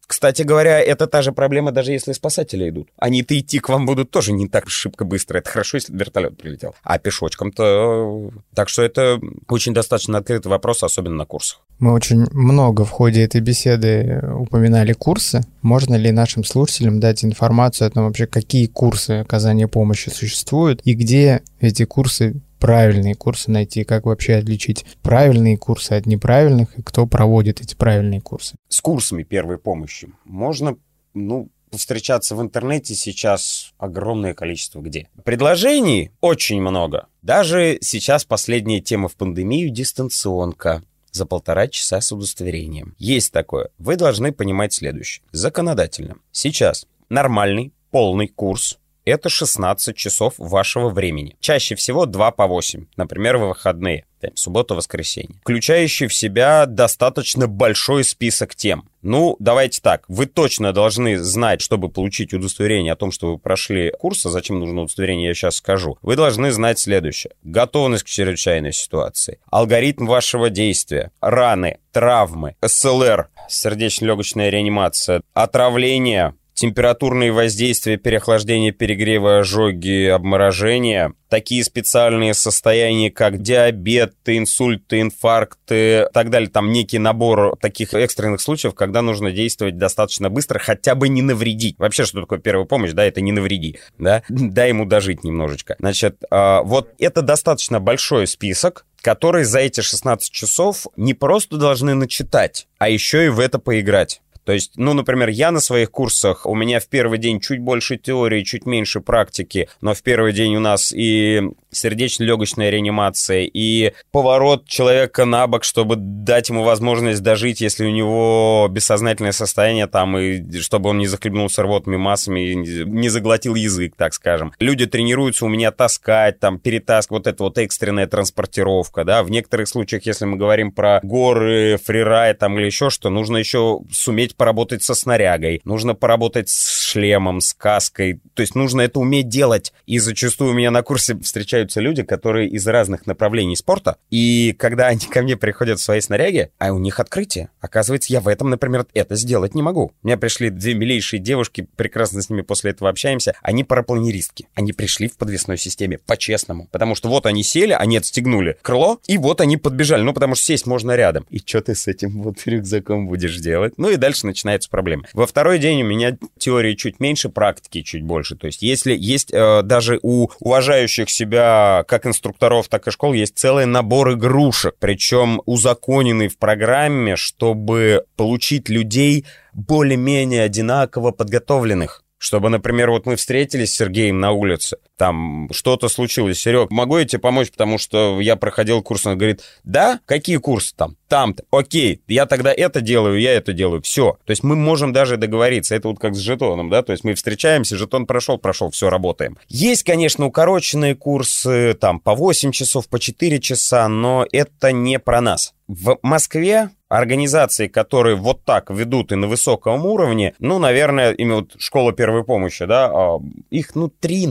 Кстати говоря, это та же проблема, даже если спасатели идут. Они-то идти к вам будут тоже не так шибко быстро. Это хорошо, если вертолет прилетел. А пешочком-то... Так что это очень достаточно открытый вопрос, особенно на курсах. Мы очень много в ходе этой беседы упоминали курсы. Можно ли нашим слушателям дать информацию о том вообще, какие курсы оказания помощи существуют и где эти курсы, правильные курсы найти, как вообще отличить правильные курсы от неправильных и кто проводит эти правильные курсы? С курсами первой помощи можно, встречаться в интернете сейчас огромное количество где. Предложений очень много. Даже сейчас последняя тема в пандемию — дистанционка. За 1,5 часа с удостоверением. Есть такое. Вы должны понимать следующее. Законодательно. Сейчас нормальный, полный курс — это 16 часов вашего времени. Чаще всего 2 по 8. Например, в выходные. Суббота-воскресенье. Включающий в себя достаточно большой список тем. Давайте так. Вы точно должны знать, чтобы получить удостоверение о том, что вы прошли курс, а зачем нужно удостоверение, я сейчас скажу. Вы должны знать следующее. Готовность к чрезвычайной ситуации. Алгоритм вашего действия. Раны, травмы, СЛР, сердечно-легочная реанимация, отравление, температурные воздействия, переохлаждение, перегревы, ожоги, обморожения, такие специальные состояния, как диабет, инсульты, инфаркты и так далее. Там некий набор таких экстренных случаев, когда нужно действовать достаточно быстро, хотя бы не навредить. Вообще, что такое первая помощь? Да, это не навреди. Да? Дай ему дожить немножечко. Значит, вот это достаточно большой список, которые за эти 16 часов не просто должны начитать, а еще и в это поиграть. То есть, например, я на своих курсах, у меня в первый день чуть больше теории, чуть меньше практики, но в первый день у нас и сердечно-легочная реанимация, и поворот человека на бок, чтобы дать ему возможность дожить, если у него бессознательное состояние, и чтобы он не захлебнулся рвотными массами, не заглотил язык, так скажем. Люди тренируются у меня таскать, перетаскивать, вот эта вот экстренная транспортировка, да. В некоторых случаях, если мы говорим про горы, фрирайд или еще что, нужно еще суметь поработать со снарягой, нужно поработать с шлемом, с каской, то есть нужно это уметь делать. И зачастую у меня на курсе встречаются люди, которые из разных направлений спорта, и когда они ко мне приходят в свои снаряги, а у них открытие. Оказывается, я в этом, например, это сделать не могу. У меня пришли 2 милейшие девушки, прекрасно с ними после этого общаемся, они парапланеристки. Они пришли в подвесной системе, по-честному. Потому что вот они сели, они отстегнули крыло, и вот они подбежали, потому что сесть можно рядом. И что ты с этим вот рюкзаком будешь делать? И дальше начинаются проблемы. Во второй день у меня теории чуть меньше, практики чуть больше. То есть если есть даже у уважающих себя как инструкторов, так и школ есть целый набор игрушек, причем узаконенный в программе, чтобы получить людей более-менее одинаково подготовленных. Чтобы, например, вот мы встретились с Сергеем на улице, там что-то случилось. Серег, могу я тебе помочь, потому что я проходил курс? Он говорит, да? Какие курсы там? Там-то. Окей, я тогда это делаю, я это делаю. Все. То есть мы можем даже договориться. Это вот как с жетоном, да? То есть мы встречаемся, жетон прошел, все, работаем. Есть, конечно, укороченные курсы, по 8 часов, по 4 часа, но это не про нас. В Москве организации, которые вот так ведут и на высоком уровне, наверное, именно вот школа первой помощи, да, их 3,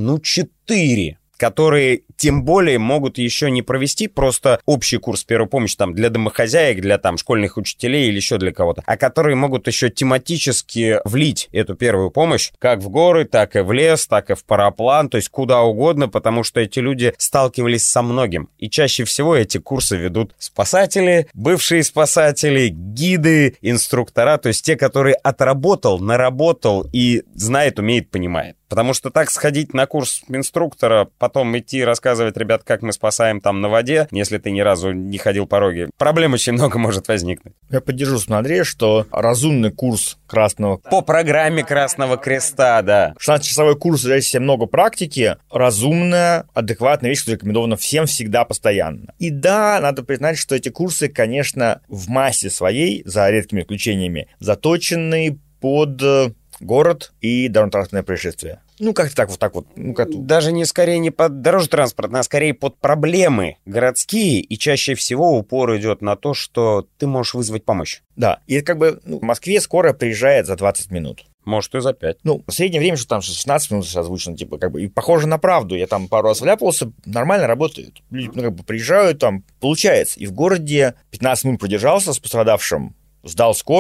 4, которые тем более могут еще не провести просто общий курс первой помощи для домохозяек, для школьных учителей или еще для кого-то, а которые могут еще тематически влить эту первую помощь как в горы, так и в лес, так и в параплан, то есть куда угодно, потому что эти люди сталкивались со многим. И чаще всего эти курсы ведут спасатели, бывшие спасатели, гиды, инструктора, то есть те, которые отработал, наработал и знает, умеет, понимает. Потому что так сходить на курс инструктора, потом идти рассказывать, ребят, как мы спасаем на воде, если ты ни разу не ходил по роге, проблем очень много может возникнуть. Я поддержу Андрея, что разумный курс Красного... По программе Красного Креста, да. 16-часовой курс, здесь много практики, разумная, адекватная вещь, которая рекомендована всем всегда, постоянно. И да, надо признать, что эти курсы, конечно, в массе своей, за редкими исключениями, заточены под город и дорожно-транспортное происшествие. Как-то так вот. Даже скорее не под дорожно-транспортное, а скорее под проблемы городские, и чаще всего упор идет на то, что ты можешь вызвать помощь. Да, и в Москве скорая приезжает за 20 минут. Может, и за 5. Среднее время, что 16 минут озвучено, и похоже на правду. Я пару раз вляпался, нормально работает. Люди приезжают, получается. И в городе 15 минут продержался с пострадавшим, сдал скорой,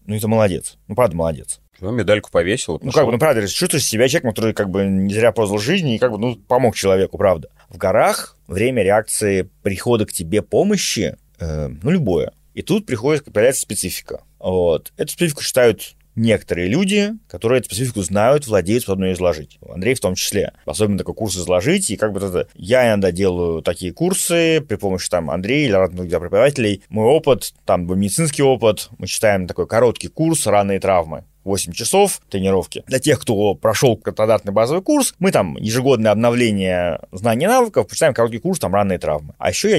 Ну, это молодец. Ну, правда, молодец. Медальку повесил. Ну, как бы, ну, правда, чувствуешь себя человеком, который, как бы, не зря прожил жизнь и, как бы, ну, помог человеку, правда. В горах время реакции прихода к тебе помощи, ну, любое. И тут появляется специфика. Вот. Эту специфику считают некоторые люди, которые эту специфику знают, владеют, способны ее изложить. Андрей в том числе. Особенно такой курс изложить. И как бы это... Я иногда делаю такие курсы при помощи там Андрея или разных преподавателей. Мой опыт, там медицинский опыт. Мы читаем такой короткий курс «Ранные травмы». 8 часов тренировки. Для тех, кто прошел стандартный базовый курс, мы там ежегодное обновление знаний и навыков, почитаем короткий курс, там ранные травмы. А еще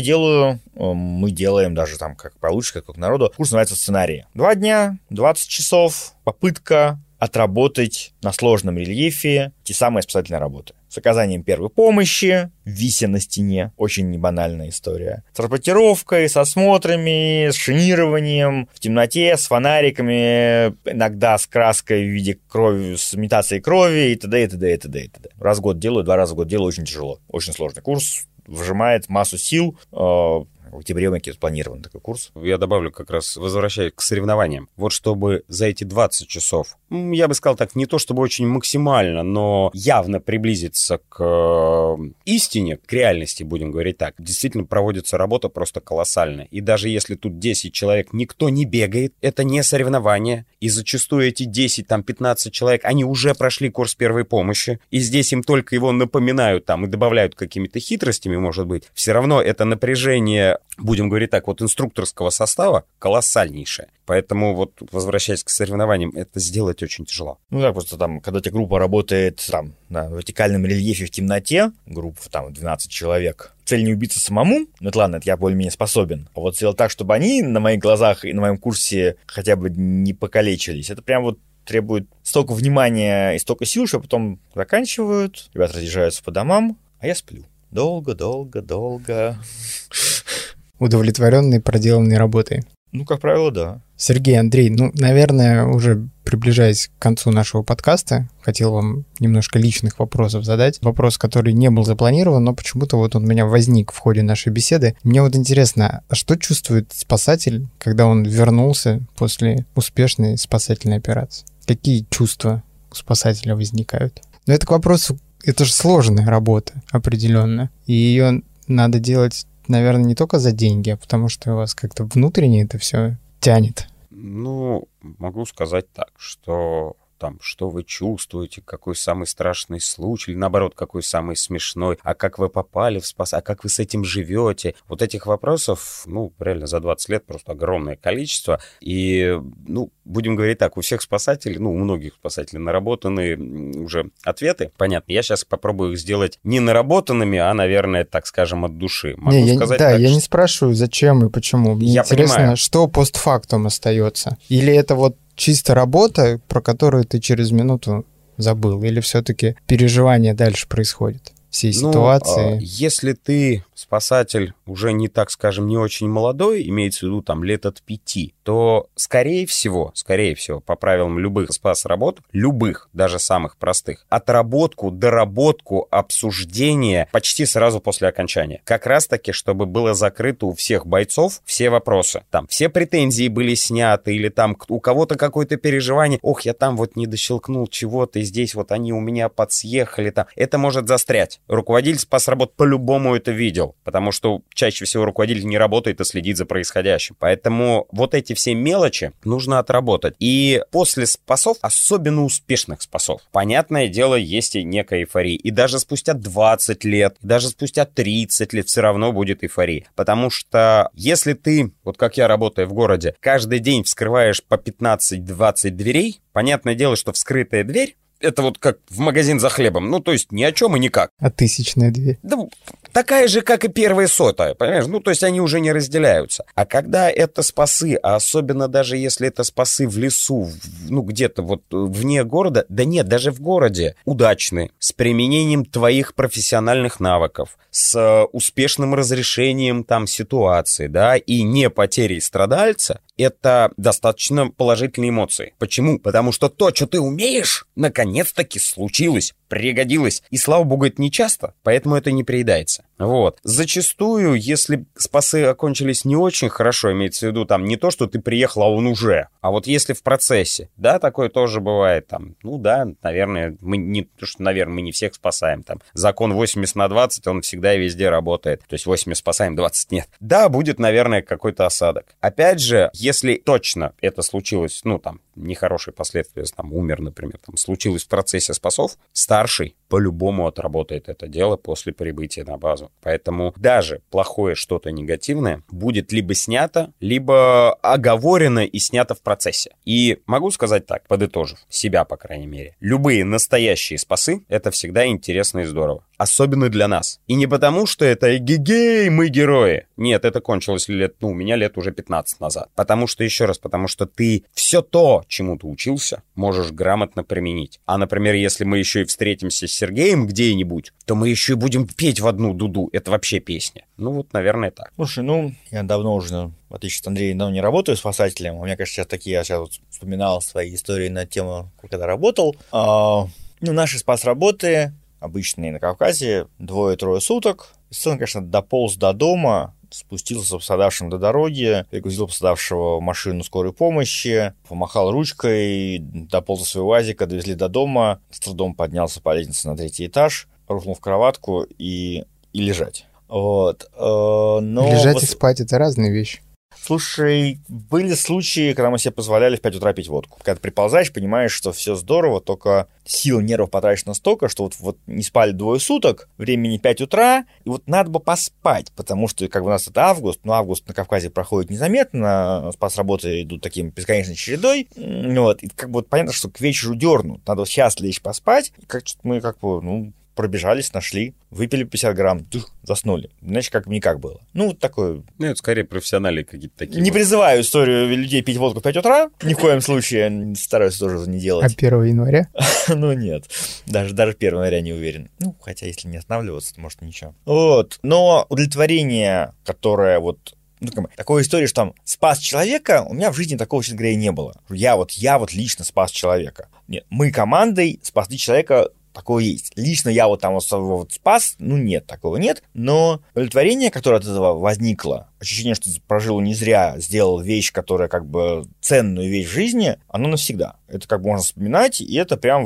мы делаем даже там, как получше, как народу, курс называется «Сценарии». 2 дня, 20 часов, попытка отработать на сложном рельефе те самые спасательные работы. С оказанием первой помощи, вися на стене, очень небанальная история. С транспортировкой, с осмотрами, с шинированием, в темноте, с фонариками, иногда с краской в виде крови, с имитацией крови и т.д. и т.д. и т.д. и т.д. Раз в год делаю, 2 раза в год делаю, очень тяжело. Очень сложный курс, выжимает массу сил. В октябре у меня спланирован такой курс. Я добавлю как раз, возвращаясь к соревнованиям. Вот чтобы за эти 20 часов, я бы сказал так, не то чтобы очень максимально, но явно приблизиться к истине, к реальности, будем говорить так, действительно проводится работа просто колоссальная. И даже если тут 10 человек, никто не бегает, это не соревнование. И зачастую эти 10-15 человек, они уже прошли курс первой помощи. И здесь им только его напоминают там и добавляют какими-то хитростями, может быть. Все равно это напряжение, будем говорить так, вот инструкторского состава колоссальнейшее. Поэтому вот, возвращаясь к соревнованиям, это сделать очень тяжело. Ну да, просто там, когда у тебя группа работает там на вертикальном рельефе в темноте, группа там 12 человек, цель не убиться самому, ну это ладно, это я более-менее способен. А вот сделать так, чтобы они на моих глазах и на моем курсе хотя бы не покалечились, это прям вот требует столько внимания и столько сил, что потом заканчивают, ребята разъезжаются по домам, а я сплю. Долго. Удовлетворенный проделанной работой. Ну, как правило, да. Сергей, Андрей, наверное, уже приближаясь к концу нашего подкаста, хотел вам немножко личных вопросов задать. Вопрос, который не был запланирован, но почему-то вот он у меня возник в ходе нашей беседы. Мне вот интересно, а что чувствует спасатель, когда он вернулся после успешной спасательной операции? Какие чувства у спасателя возникают? Но это к вопросу, это же сложная работа определенно, и ее надо делать, наверное, не только за деньги, а потому что у вас как-то внутренне это все тянет. Ну, могу сказать так, что там, что вы чувствуете, какой самый страшный случай, или наоборот, какой самый смешной, а как вы попали в спас, а как вы с этим живете. Вот этих вопросов, реально за 20 лет просто огромное количество. И, будем говорить так, у всех спасателей, у многих спасателей наработаны уже ответы. Понятно, я сейчас попробую их сделать не наработанными, а, наверное, так скажем, от души. Я не спрашиваю, зачем и почему. Мне интересно, понимаю, что постфактум остается. Или это вот чисто работа, про которую ты через минуту забыл, или все-таки переживание дальше происходит всей ситуации? Если ты спасатель уже не, так скажем, не очень молодой, имеется в виду там лет от 5, то, скорее всего, по правилам любых спас-работ, любых, даже самых простых, отработку, доработку, обсуждение почти сразу после окончания. Как раз-таки, чтобы было закрыто у всех бойцов все вопросы. Там все претензии были сняты, или там у кого-то какое-то переживание, я там вот не дощелкнул чего-то, и здесь вот они у меня подсъехали, там. Это может застрять. Руководитель спас-работ по-любому это видел, потому что чаще всего руководитель не работает и следит за происходящим. Поэтому вот эти все мелочи нужно отработать. И после спасов, особенно успешных спасов, понятное дело, есть и некая эйфория. И даже спустя 20 лет, даже спустя 30 лет все равно будет эйфория. Потому что если ты, вот как я работаю в городе, каждый день вскрываешь по 15-20 дверей, понятное дело, что вскрытая дверь, это вот как в магазин за хлебом. То есть ни о чем и никак. А 1000-я дверь? Да, такая же, как и первая 100-я, понимаешь? То есть они уже не разделяются. А когда это спасы, а особенно даже если это спасы в лесу, где-то вот вне города, да нет, даже в городе, удачны, с применением твоих профессиональных навыков, с успешным разрешением там ситуации, да, и не потерей страдальца, это достаточно положительные эмоции. Почему? Потому что то, что ты умеешь, наконец-таки случилось, пригодилось. И, слава богу, это не часто, поэтому это не приедается. Вот. Зачастую, если спасы окончились не очень хорошо, имеется в виду там не то, что ты приехал, а он уже, а вот если в процессе, да, такое тоже бывает там, ну да, наверное, мы не всех спасаем, там, закон 80/20, он всегда и везде работает, то есть 80 спасаем, 20 нет. Да, будет, наверное, какой-то осадок. Опять же, если точно это случилось, ну, там, нехорошие последствия, там, умер, например, там, случилось в процессе спасов, старший по-любому отработает это дело после прибытия на базу. Поэтому даже плохое что-то негативное будет либо снято, либо оговорено и снято в процессе. И могу сказать так, подытожив, себя, по крайней мере, любые настоящие спасы — это всегда интересно и здорово. Особенно для нас. И не потому, что это эгегей, мы герои. Нет, это кончилось у меня лет уже 15 назад. Потому что, еще раз, потому что ты все то, чему ты учился, можешь грамотно применить. А, например, если мы еще и встретимся с Сергеем где-нибудь, то мы еще и будем петь в одну дуду. Это вообще песня. Ну вот, наверное, так. Слушай, я давно уже, в отличие от Андрея, давно не работаю спасателем. У меня, конечно, я сейчас вот вспоминал свои истории на тему, когда работал. Наши спас-работы обычные на Кавказе, 2-3 суток. Сын, конечно, дополз до дома, спустился с пострадавшим до дороги, перегрузил пострадавшего в машину скорой помощи, помахал ручкой, дополз до своего УАЗика, довезли до дома, с трудом поднялся по лестнице на 3-й этаж, рухнул в кроватку и лежать. Вот. Лежать и спать — это разные вещи. Слушай, были случаи, когда мы себе позволяли в 5 утра пить водку. Когда ты приползаешь, понимаешь, что все здорово, только сил, нервов потрачено столько, что вот не спали 2 суток, времени 5 утра, и вот надо бы поспать, потому что как бы у нас это август, но август на Кавказе проходит незаметно, спас-работы идут таким бесконечной чередой, вот, и как бы вот понятно, что к вечеру дернут, надо вот сейчас лечь поспать, и мы пробежались, нашли, выпили 50 грамм, заснули. Иначе как бы никак было. Вот такое... это скорее профессиональные какие-то такие. Не призываю историю людей пить водку в 5 утра, ни в коем случае, стараюсь тоже не делать. А 1 января? Нет, даже 1 января не уверен. Хотя если не останавливаться, то может ничего. Вот, но удовлетворение, которое такой истории, что там спас человека, у меня в жизни такого, честно говоря, не было. Я лично спас человека. Нет, мы командой спасли человека. Такое есть. Лично я спас, нет, такого нет. Но удовлетворение, которое от этого возникло, ощущение, что ты прожил не зря, сделал вещь, которая как бы ценную вещь в жизни, оно навсегда. Это как бы можно вспоминать, и это прям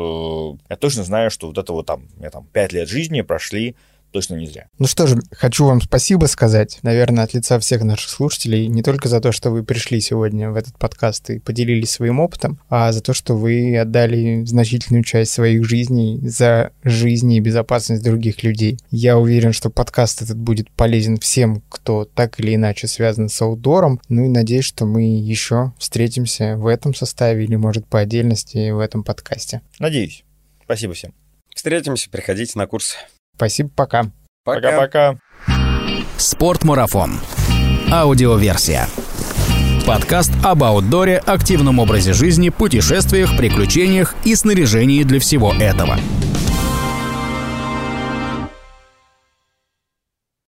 я точно знаю, что у меня 5 лет жизни прошли точно не зря. Ну что же, хочу вам спасибо сказать, наверное, от лица всех наших слушателей, не только за то, что вы пришли сегодня в этот подкаст и поделились своим опытом, а за то, что вы отдали значительную часть своих жизней за жизнь и безопасность других людей. Я уверен, что подкаст этот будет полезен всем, кто так или иначе связан с аутдором, и надеюсь, что мы еще встретимся в этом составе или, может, по отдельности в этом подкасте. Надеюсь. Спасибо всем. Встретимся, приходите на курс. Спасибо, пока. Пока-пока. Спортмарафон. Аудиоверсия. Подкаст об аутдоре, активном образе жизни, путешествиях, приключениях и снаряжении для всего этого.